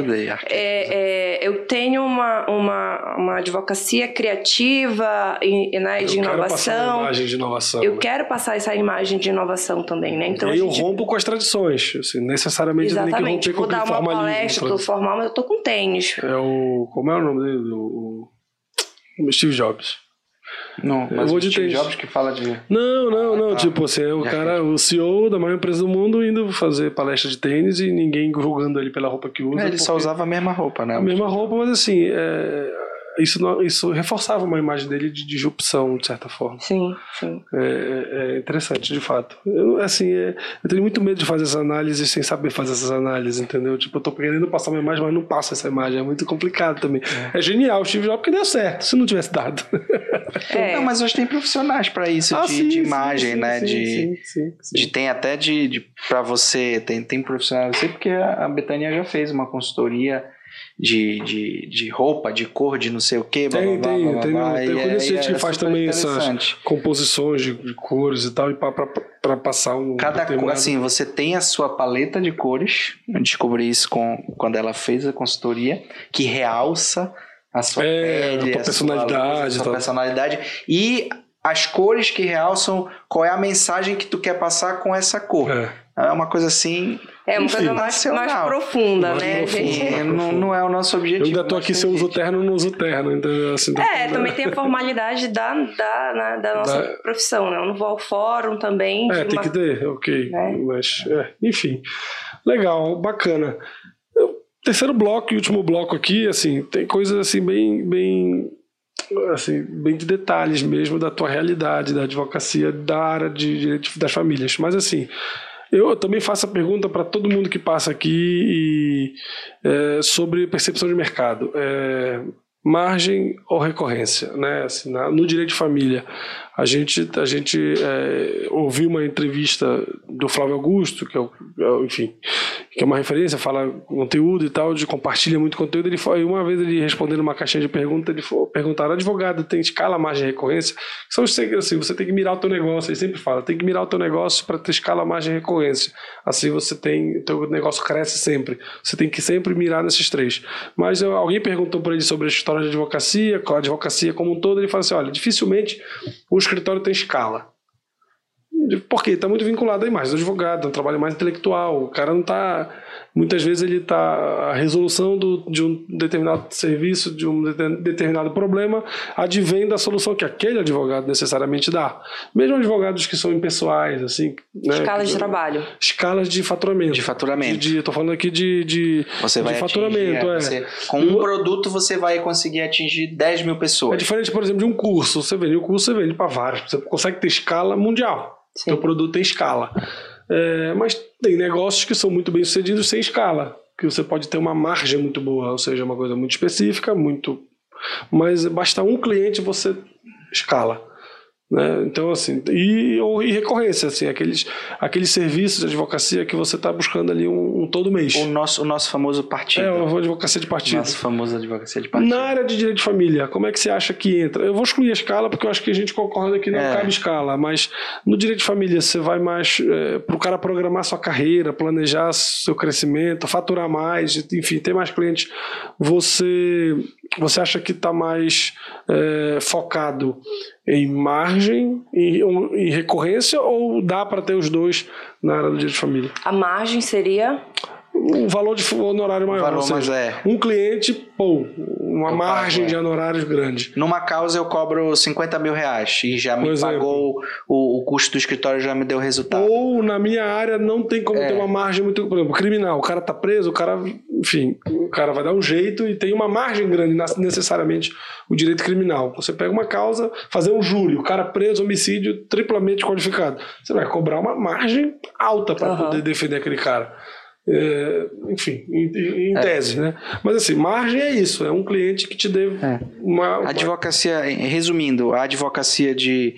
eu tenho uma advocacia criativa, né, de inovação. Eu quero passar uma imagem de inovação. Eu quero passar essa imagem de inovação também, né? Então, e aí eu rompo com as tradições. Assim, necessariamente eu tenho que romper com o formalismo. Vou dar uma palestra, tô formal, mas eu tô com tênis. Como é o nome dele? O Steve Jobs. Não, mas o Steve Jobs que fala de... Não. Tipo assim, o CEO da maior empresa do mundo indo fazer palestra de tênis e ninguém julgando ele pela roupa que usa. Ele só usava a mesma roupa, né? A mesma roupa, mas assim, isso reforçava uma imagem dele de disrupção, de certa forma. Sim. É interessante, de fato. Eu tenho muito medo de fazer essa análise sem saber fazer essas análises, entendeu? Tipo, eu tô querendo passar uma imagem, mas não passo essa imagem. É muito complicado também. É genial o Steve Jobs porque deu certo, se não tivesse dado. Não, mas hoje tem profissionais para isso, de imagem, né? Tem até para você, tem profissional, eu sei porque a Betânia já fez uma consultoria de roupa, de cor, de não sei o que. Tem. Eu conheço gente que faz também essas composições de cores e tal, e para passar um... Cada cor, assim, você tem a sua paleta de cores, eu descobri isso quando ela fez a consultoria, que realça a sua pele, a sua personalidade, e as cores que realçam qual é a mensagem que tu quer passar com essa cor. É uma coisa assim... É uma coisa mais profunda, né, gente? Não é o nosso objetivo. Eu ainda tô aqui, se eu uso terno, eu não uso terno. Entendeu? Assim, também tem a formalidade da nossa profissão, né? Eu não vou ao fórum também. Tem que ter, ok. Né? Mas, enfim. Legal, bacana. Terceiro bloco e último bloco aqui, assim, tem coisas assim bem de detalhes mesmo da tua realidade, da advocacia, da área de direito das famílias. Mas assim, eu também faço a pergunta para todo mundo que passa aqui sobre percepção de mercado. margem ou recorrência, né? Assim, no direito de família, a gente ouviu uma entrevista do Flávio Augusto, que enfim, que é uma referência, fala conteúdo e tal, compartilha muito conteúdo. Ele foi, uma vez ele respondendo uma caixinha de perguntas, ele perguntaram: advogado tem escala, margem e recorrência? São os segredos, assim, você tem que mirar o teu negócio, ele sempre fala, tem que mirar o teu negócio para ter escala, margem e recorrência. Assim o teu negócio cresce sempre. Você tem que sempre mirar nesses três. Mas alguém perguntou para ele sobre a história de advocacia, a advocacia como um todo, ele fala assim: olha, dificilmente o escritório tem escala. Por quê? Está muito vinculado à imagem do advogado, é um trabalho mais intelectual. O cara não está... Muitas vezes ele está... A resolução de um determinado serviço, de um determinado problema, advém da solução que aquele advogado necessariamente dá. Mesmo advogados que são impessoais, assim... Né, escalas de trabalho. Escalas de faturamento. De faturamento. Estou falando aqui de faturamento. Com um produto você vai conseguir atingir 10 mil pessoas. É diferente, por exemplo, de um curso. Você vende um curso, você vende para vários. Você consegue ter escala mundial. Seu produto tem escala. Mas tem negócios que são muito bem sucedidos sem escala, que você pode ter uma margem muito boa, ou seja, uma coisa muito específica, mas basta um cliente você escala. Né? Então, assim, e recorrência, assim, aqueles serviços de advocacia que você está buscando ali um todo mês. O nosso famoso partido. A advocacia de partido. Nossa famosa advocacia de partido. Na área de direito de família, como é que você acha que entra? Eu vou excluir a escala, porque eu acho que a gente concorda que não cabe escala, mas no direito de família você vai mais para o cara programar sua carreira, planejar seu crescimento, faturar mais, enfim, ter mais clientes. Você acha que está mais focado em margem, em recorrência, ou dá para ter os dois na área do direito de família? A margem seria... um valor de honorário maior, ou seja, um cliente, uma margem de honorários grande. Numa causa eu cobro 50 mil reais e já me pagou o custo do escritório, já me deu resultado. Ou na minha área não tem como ter uma margem muito... Por exemplo, criminal, o cara tá preso, o cara vai dar um jeito e tem uma margem grande, necessariamente o direito criminal. Você pega uma causa, fazer um júri, o cara preso, homicídio triplamente qualificado. Você vai cobrar uma margem alta para poder defender aquele cara. Enfim, em tese, né? Mas assim, margem é isso, é um cliente que te dê uma... Advocacia, resumindo, a advocacia de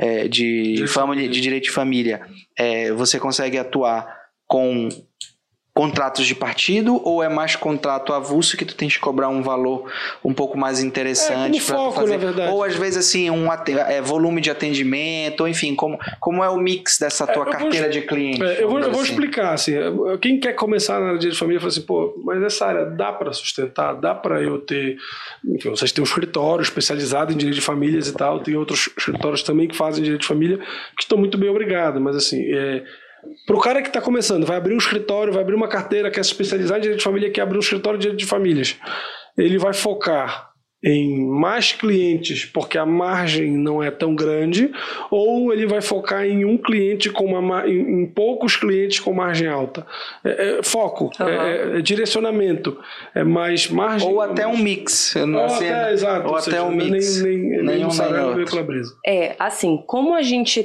direito de família, você consegue atuar com contratos de partido, ou é mais contrato avulso que tu tens que cobrar um valor um pouco mais interessante para tu fazer? Na verdade. Ou às vezes assim, volume de atendimento, ou enfim, como é o mix dessa tua carteira de clientes? Eu vou explicar, assim, quem quer começar na área de direito de família fala assim, mas essa área dá para sustentar, dá para eu ter, enfim, vocês têm um escritório especializado em direito de famílias e tal, tem outros escritórios também que fazem direito de família, que estão muito bem obrigados, mas assim, para o cara que está começando, vai abrir um escritório, vai abrir uma carteira, quer se especializar em direito de família, quer abrir um escritório de direito de famílias, ele vai focar em mais clientes porque a margem não é tão grande, ou ele vai focar em um cliente em poucos clientes com margem alta? Foco, direcionamento, é mais margem... Ou até um mix. Exato. Ou até um mix. Nem um salário pela brisa. Assim, como a gente...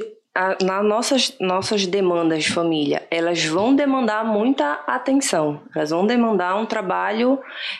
nas nossas demandas de família, elas vão demandar muita atenção, elas vão demandar um trabalho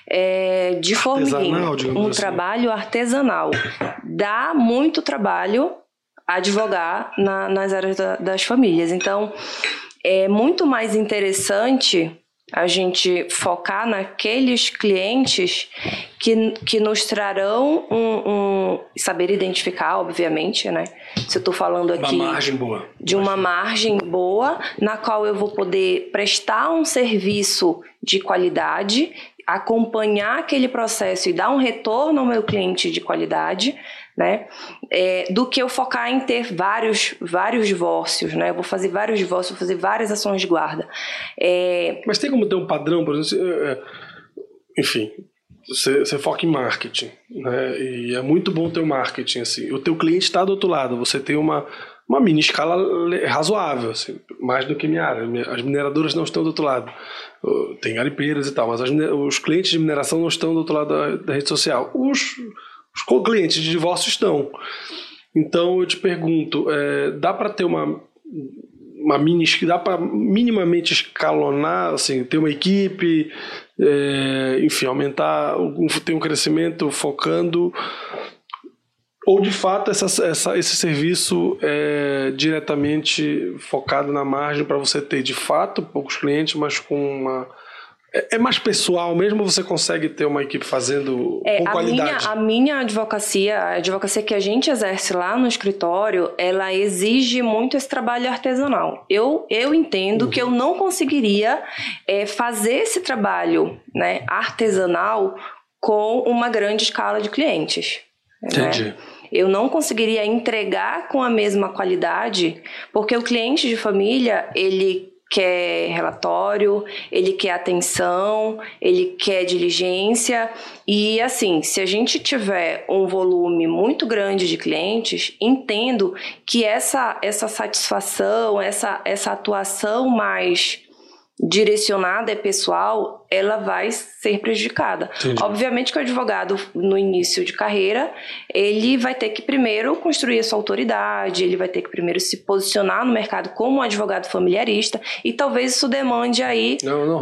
de formiguinha, trabalho artesanal. Dá muito trabalho advogar nas áreas das famílias, então é muito mais interessante a gente focar naqueles clientes que nos trarão um saber identificar, obviamente, né? Se eu estou falando aqui de uma margem boa, na qual eu vou poder prestar um serviço de qualidade, acompanhar aquele processo e dar um retorno ao meu cliente de qualidade, né? Do que eu focar em ter vários divórcios, né? Eu vou fazer vários divórcios, vou fazer várias ações de guarda. Mas tem como ter um padrão, por exemplo, enfim, você foca em marketing, né? E é muito bom ter o marketing, assim. O teu cliente está do outro lado, você tem uma mini escala razoável, assim, mais do que minha área. As mineradoras não estão do outro lado. Tem garipeiras e tal, mas os clientes de mineração não estão do outro lado da rede social. Os clientes de divórcio estão. Então eu te pergunto, dá para ter dá para minimamente escalonar, assim, ter uma equipe, enfim, aumentar, ter um crescimento focando, ou de fato esse serviço é diretamente focado na margem para você ter de fato poucos clientes, mas com uma... É mais pessoal mesmo, ou você consegue ter uma equipe fazendo com qualidade? A minha advocacia, a advocacia que a gente exerce lá no escritório, ela exige muito esse trabalho artesanal. Eu entendo que eu não conseguiria fazer esse trabalho, né, artesanal com uma grande escala de clientes. Entendi. Né? Eu não conseguiria entregar com a mesma qualidade, porque o cliente de família, ele quer relatório, ele quer atenção, ele quer diligência. E assim, se a gente tiver um volume muito grande de clientes, entendo que essa satisfação, essa atuação mais direcionada e pessoal, ela vai ser prejudicada. Entendi. Obviamente que o advogado, no início de carreira, ele vai ter que primeiro construir a sua autoridade, ele vai ter que primeiro se posicionar no mercado como um advogado familiarista, e talvez isso demande aí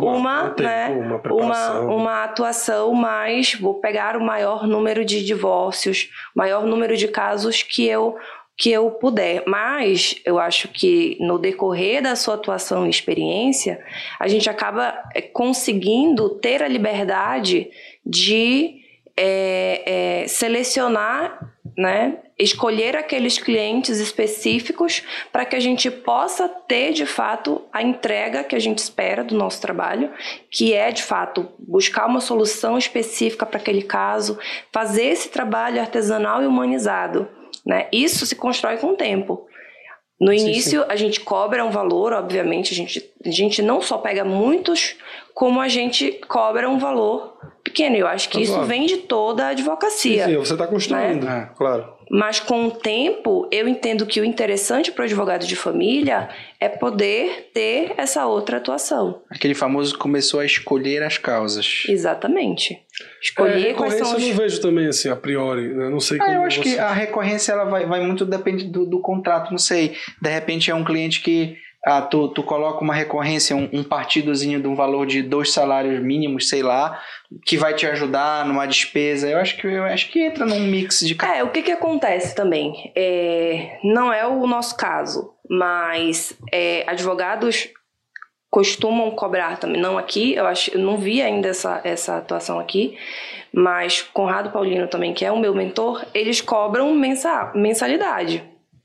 uma atuação mais... Vou pegar o maior número de divórcios, maior número de casos que eu puder. Mas eu acho que no decorrer da sua atuação e experiência, a gente acaba conseguindo ter a liberdade de selecionar, né, escolher aqueles clientes específicos para que a gente possa ter, de fato, a entrega que a gente espera do nosso trabalho, que é, de fato, buscar uma solução específica para aquele caso, fazer esse trabalho artesanal e humanizado. Né? Isso se constrói com o tempo. No início, a gente cobra um valor, obviamente, a gente não só pega muitos, como a gente cobra um valor pequeno. Eu acho que isso vem de toda a advocacia. Sim, você está construindo, né? Claro. Mas com o tempo, eu entendo que o interessante para o advogado de família é poder ter essa outra atuação. Aquele famoso começou a escolher as causas. Exatamente. Escolher quais são os... Eu não vejo também assim, a priori, né? Não sei como eu acho que a recorrência ela vai muito, depende do contrato, não sei. De repente é um cliente que tu coloca uma recorrência, um partidozinho de um valor de 2 salários mínimos, sei lá, que vai te ajudar numa despesa. Eu acho que entra num mix de... O que acontece também? Não é o nosso caso, mas advogados costumam cobrar também. Não aqui, eu não vi ainda essa atuação aqui, mas Conrado Paulino também, que é o meu mentor, eles cobram mensalidade.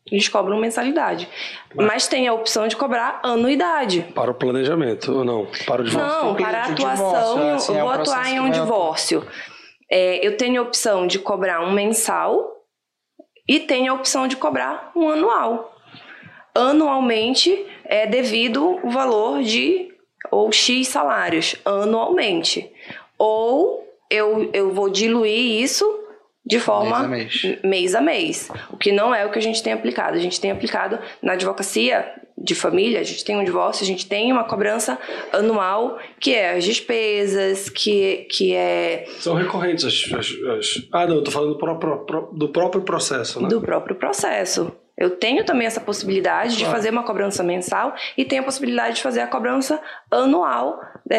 Mas tem a opção de cobrar anuidade. Para o planejamento, ou não? Para o divórcio? Não, para a atuação, eu vou atuar em um divórcio. Eu tenho a opção de cobrar um mensal e tenho a opção de cobrar um anual. Anualmente é devido o valor de ou X salários, anualmente. Ou eu vou diluir isso de forma mês a mês, o que não é o que a gente tem aplicado. A gente tem aplicado na advocacia de família, a gente tem um divórcio, a gente tem uma cobrança anual, que é as despesas, que é... São recorrentes não, eu tô falando do próprio processo, né? Do próprio processo. Eu tenho também essa possibilidade de fazer uma cobrança mensal e tenho a possibilidade de fazer a cobrança anual.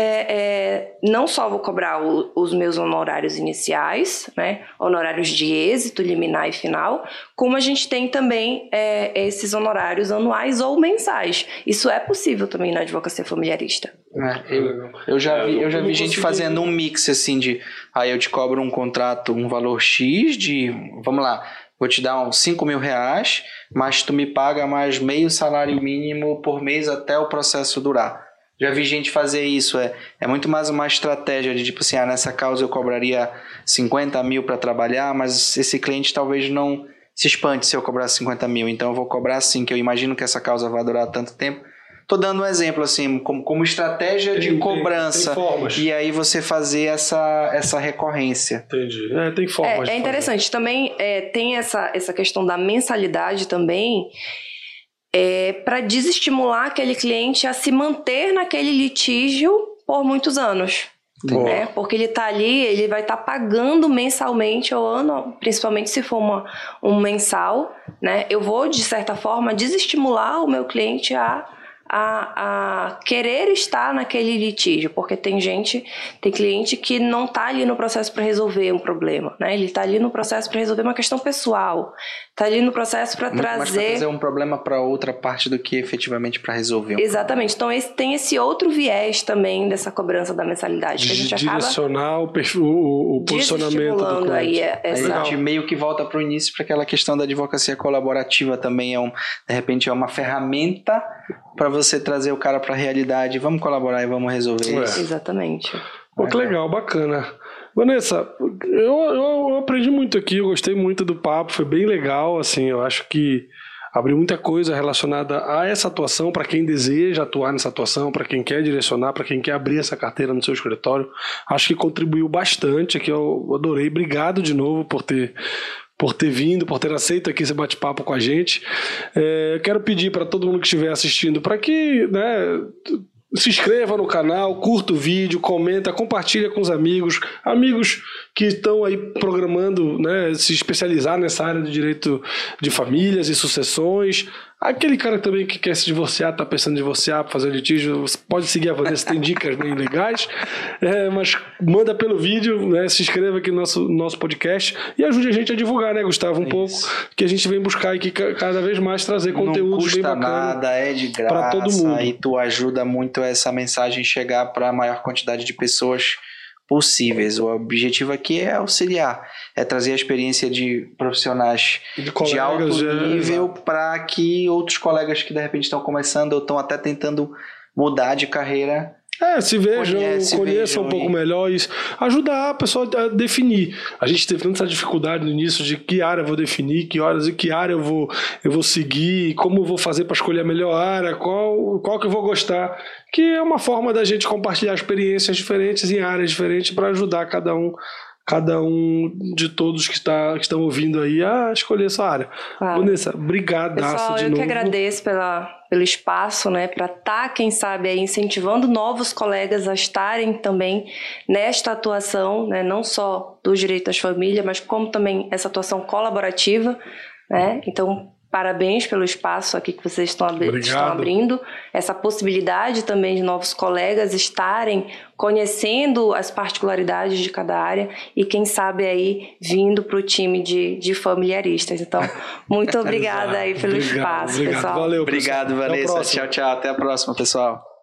Não só vou cobrar os meus honorários iniciais, né, honorários de êxito, liminar e final, como a gente tem também esses honorários anuais ou mensais. Isso é possível também na advocacia familiarista. Eu já vi gente fazendo um mix assim de... Aí eu te cobro um contrato, um valor X de... Vamos lá, vou te dar uns 5 mil reais, mas tu me paga mais meio salário mínimo por mês até o processo durar. Já vi gente fazer isso. É muito mais uma estratégia de tipo assim, nessa causa eu cobraria 50 mil para trabalhar, mas esse cliente talvez não se espante se eu cobrar 50 mil. Então eu vou cobrar assim, que eu imagino que essa causa vai durar tanto tempo. Tô dando um exemplo assim, como estratégia de cobrança. Tem formas. E aí você fazer essa recorrência. Entendi. Tem formas. É interessante. Também tem essa questão da mensalidade também, para desestimular aquele cliente a se manter naquele litígio por muitos anos. Né? Porque ele está ali, ele vai estar pagando mensalmente ao ano, principalmente se for um mensal, né? Eu vou, de certa forma, desestimular o meu cliente a a querer estar naquele litígio, porque tem cliente que não está ali no processo para resolver um problema, né? Ele está ali no processo para resolver uma questão pessoal, está ali no processo para trazer um problema para outra parte do que efetivamente para resolver. Exatamente. Então tem esse outro viés também dessa cobrança da mensalidade, que a gente direcionar o posicionamento do cliente. Aí a gente meio que volta para o início, para aquela questão da advocacia colaborativa também, de repente é uma ferramenta para você trazer o cara para a realidade. Vamos colaborar e vamos resolver isso. Exatamente. Pô, que legal, bacana. Vanessa, eu aprendi muito aqui, eu gostei muito do papo, foi bem legal, assim, eu acho que abriu muita coisa relacionada a essa atuação, para quem deseja atuar nessa atuação, para quem quer direcionar, para quem quer abrir essa carteira no seu escritório. Acho que contribuiu bastante aqui, eu adorei. Obrigado de novo por ter vindo, por ter aceito aqui esse bate-papo com a gente. Quero pedir para todo mundo que estiver assistindo para que, né, se inscreva no canal, curta o vídeo, comenta, compartilha com os amigos que estão aí programando, né, se especializar nessa área do direito de famílias e sucessões. Aquele cara também que quer se divorciar, está pensando em divorciar, fazer litígio, você pode seguir a Vanessa, tem dicas bem legais, mas manda pelo vídeo, né, se inscreva aqui no nosso podcast e ajude a gente a divulgar, né, Gustavo, pouco, que a gente vem buscar aqui cada vez mais trazer conteúdo bem bacana. Não custa nada, é de graça, para todo mundo. E tu ajuda muito essa mensagem chegar para a maior quantidade de pessoas possíveis. O objetivo aqui é auxiliar, é trazer a experiência de profissionais de alto nível para que outros colegas que de repente estão começando ou estão até tentando mudar de carreira se vejam, conheçam um pouco melhor isso, ajudar a pessoa a definir. A gente teve tanta dificuldade no início de que área eu vou definir, que área eu vou seguir, como eu vou fazer para escolher a melhor área, qual que eu vou gostar, que é uma forma da gente compartilhar experiências diferentes em áreas diferentes para ajudar cada um de todos que estão ouvindo aí a escolher sua área. Claro. Vanessa, brigadaço Pessoal, de eu novo. que agradeço pelo espaço, né, para estar, quem sabe, aí incentivando novos colegas a estarem também nesta atuação, né, não só do direito das famílias, mas como também essa atuação colaborativa, né? Então, parabéns pelo espaço aqui que vocês estão abrindo, essa possibilidade também de novos colegas estarem conhecendo as particularidades de cada área e quem sabe aí vindo para o time de familiaristas. Então, muito obrigada aí pelo espaço, pessoal. Valeu, obrigado, pessoal. Vanessa. Tchau, até a próxima, pessoal.